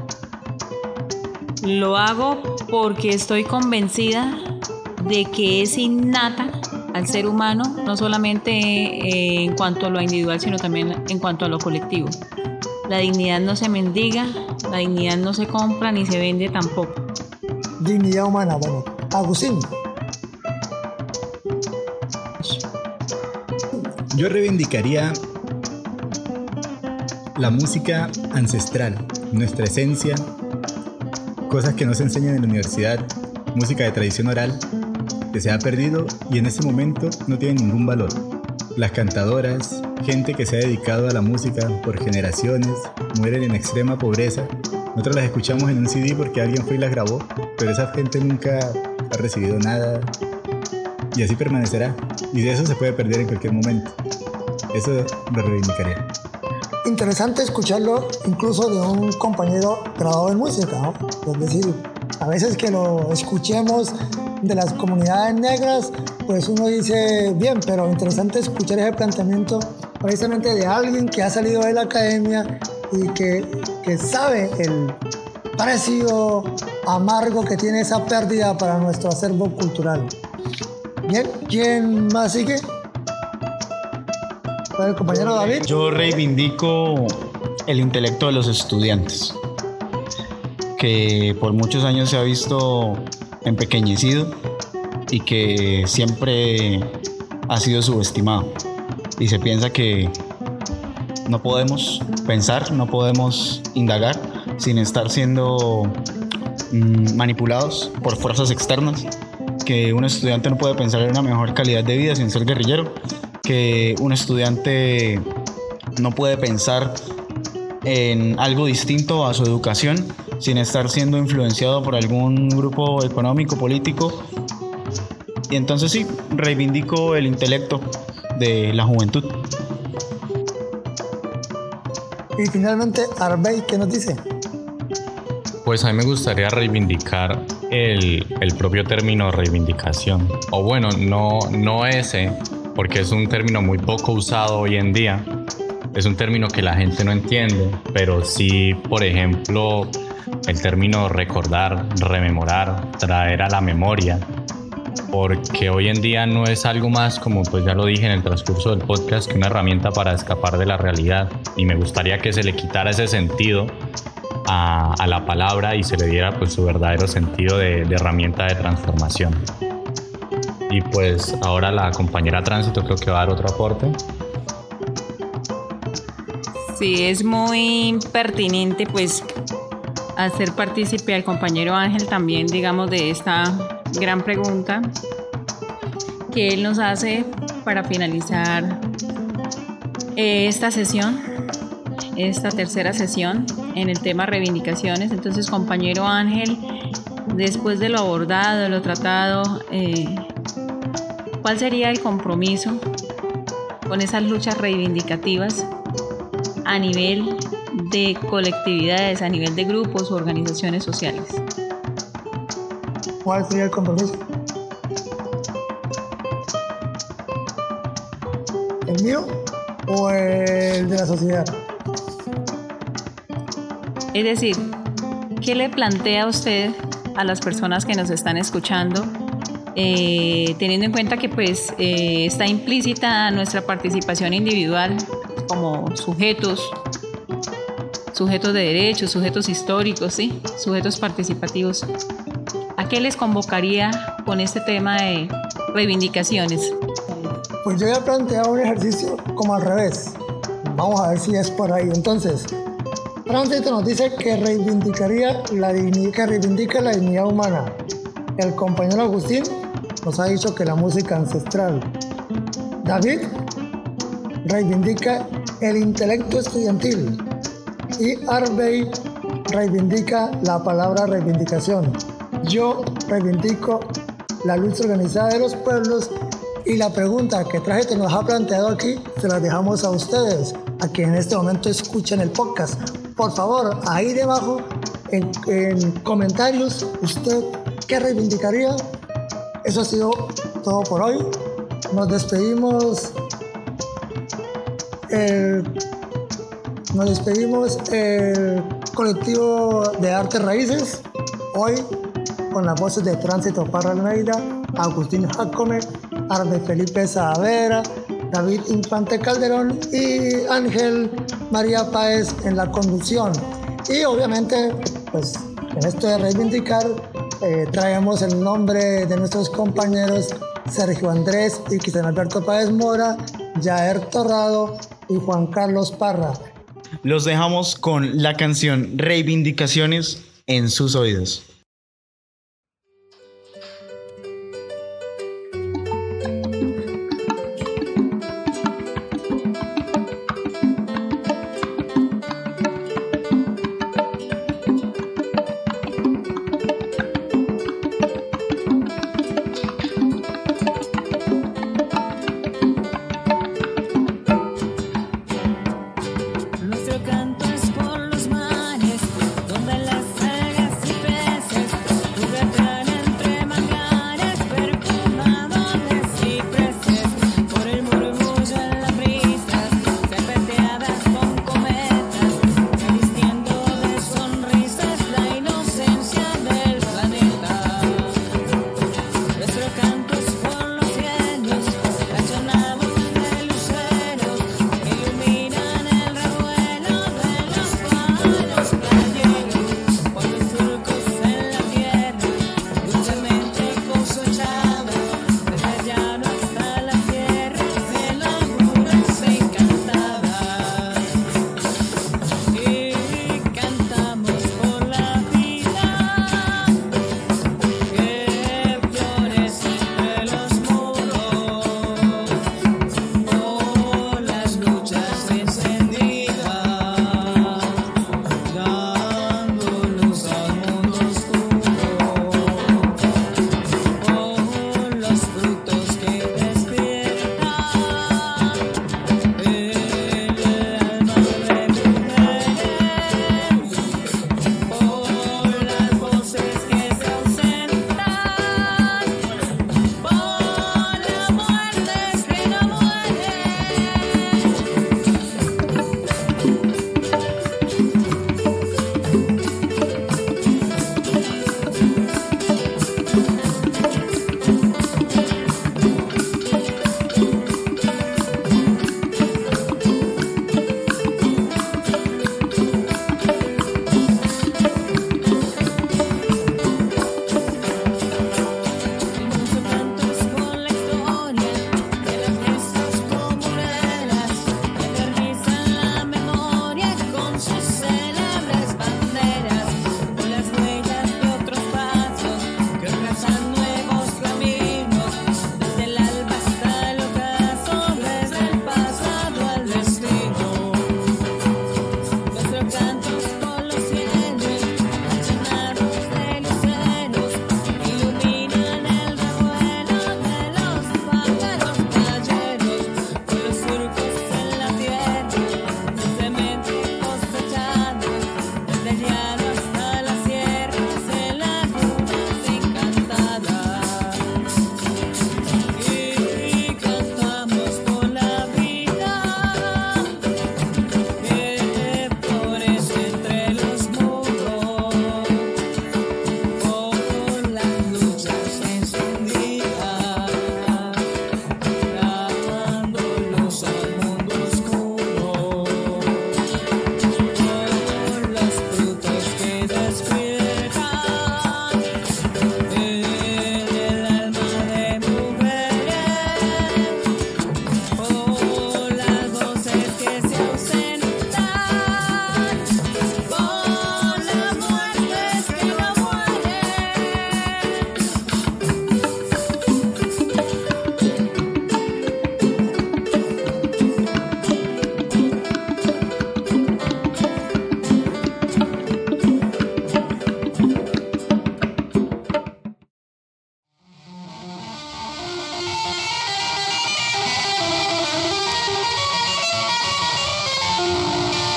S4: Lo hago porque estoy convencida de que es innata al ser humano, no solamente eh, en cuanto a lo individual, sino también en cuanto a lo colectivo. La dignidad no se mendiga, la dignidad no se compra ni se vende tampoco.
S2: Dignidad humana, bueno. Agustín.
S3: Yo reivindicaría la música ancestral, nuestra esencia, cosas que no se enseñan en la universidad, música de tradición oral, que se ha perdido y en este momento no tiene ningún valor. Las cantadoras, gente que se ha dedicado a la música por generaciones, mueren en extrema pobreza. Nosotros las escuchamos en un C D porque alguien fue y las grabó, pero esa gente nunca ha recibido nada y así permanecerá. Y de eso se puede perder en cualquier momento. Eso lo reivindicaría.
S2: Interesante escucharlo incluso de un compañero graduado en música, ¿no? Es decir, a veces que lo escuchemos de las comunidades negras, pues uno dice, bien, pero interesante escuchar ese planteamiento precisamente de alguien que ha salido de la academia y que, que sabe el precio amargo que tiene esa pérdida para nuestro acervo cultural. Bien, ¿quién más sigue? El compañero David.
S6: Yo reivindico el intelecto de los estudiantes, que por muchos años se ha visto empequeñecido y que siempre ha sido subestimado. Y se piensa que no podemos pensar, no podemos indagar sin estar siendo mmm, manipulados por fuerzas externas, que un estudiante no puede pensar en una mejor calidad de vida sin ser guerrillero, que un estudiante no puede pensar en algo distinto a su educación sin estar siendo influenciado por algún grupo económico, político. Y entonces sí, reivindico el intelecto de la juventud.
S2: Y finalmente, Arbey, ¿qué nos dice?
S5: Pues a mí me gustaría reivindicar el, el propio término reivindicación. O bueno, no, no ese, porque es un término muy poco usado hoy en día, es un término que la gente no entiende, pero sí, por ejemplo, el término recordar, rememorar, traer a la memoria, porque hoy en día no es algo más, como pues ya lo dije en el transcurso del podcast, que una herramienta para escapar de la realidad, y me gustaría que se le quitara ese sentido a, a la palabra y se le diera pues su verdadero sentido de, de herramienta de transformación. Y pues ahora la compañera Tránsito creo que va a dar otro aporte.
S4: Sí, es muy pertinente pues hacer partícipe al compañero Ángel también, digamos, de esta gran pregunta que él nos hace para finalizar esta sesión, esta tercera sesión en el tema reivindicaciones. Entonces, compañero Ángel, después de lo abordado, de lo tratado, eh, ¿cuál sería el compromiso con esas luchas reivindicativas a nivel de colectividades, a nivel de grupos o organizaciones sociales?
S2: ¿Cuál sería el compromiso? ¿El mío o el de la sociedad?
S4: Es decir, ¿qué le plantea usted a las personas que nos están escuchando, eh, teniendo en cuenta que pues eh, está implícita nuestra participación individual como sujetos, sujetos de derechos, sujetos históricos, ¿sí? Sujetos participativos? ¿A qué les convocaría con este tema de reivindicaciones?
S2: Pues yo había planteado un ejercicio como al revés. Vamos a ver si es por ahí. Entonces, Tránsito nos dice que reivindicaría la dignidad, que reivindica la dignidad humana. El compañero Agustín nos ha dicho que la música ancestral. David reivindica el intelecto estudiantil. Y Arbey reivindica la palabra reivindicación. Yo reivindico la lucha organizada de los pueblos, y la pregunta que Tránsito nos ha planteado aquí se la dejamos a ustedes, a quienes en este momento escuchan el podcast. Por favor, ahí debajo en, en comentarios, ¿usted qué reivindicaría? Eso ha sido todo por hoy. Nos despedimos. El, nos despedimos el colectivo de Artes Raíces. Hoy con las voces de Tránsito Parra Almeida, Agustín Jacome, Arbe Felipe Saavedra, David Infante Calderón y Ángel María Páez en la conducción. Y obviamente, pues en esto de reivindicar, eh, traemos el nombre de nuestros compañeros Sergio Andrés y Cristian Alberto Páez Mora, Yaer Torrado y Juan Carlos Parra.
S6: Los dejamos con la canción Reivindicaciones en sus oídos.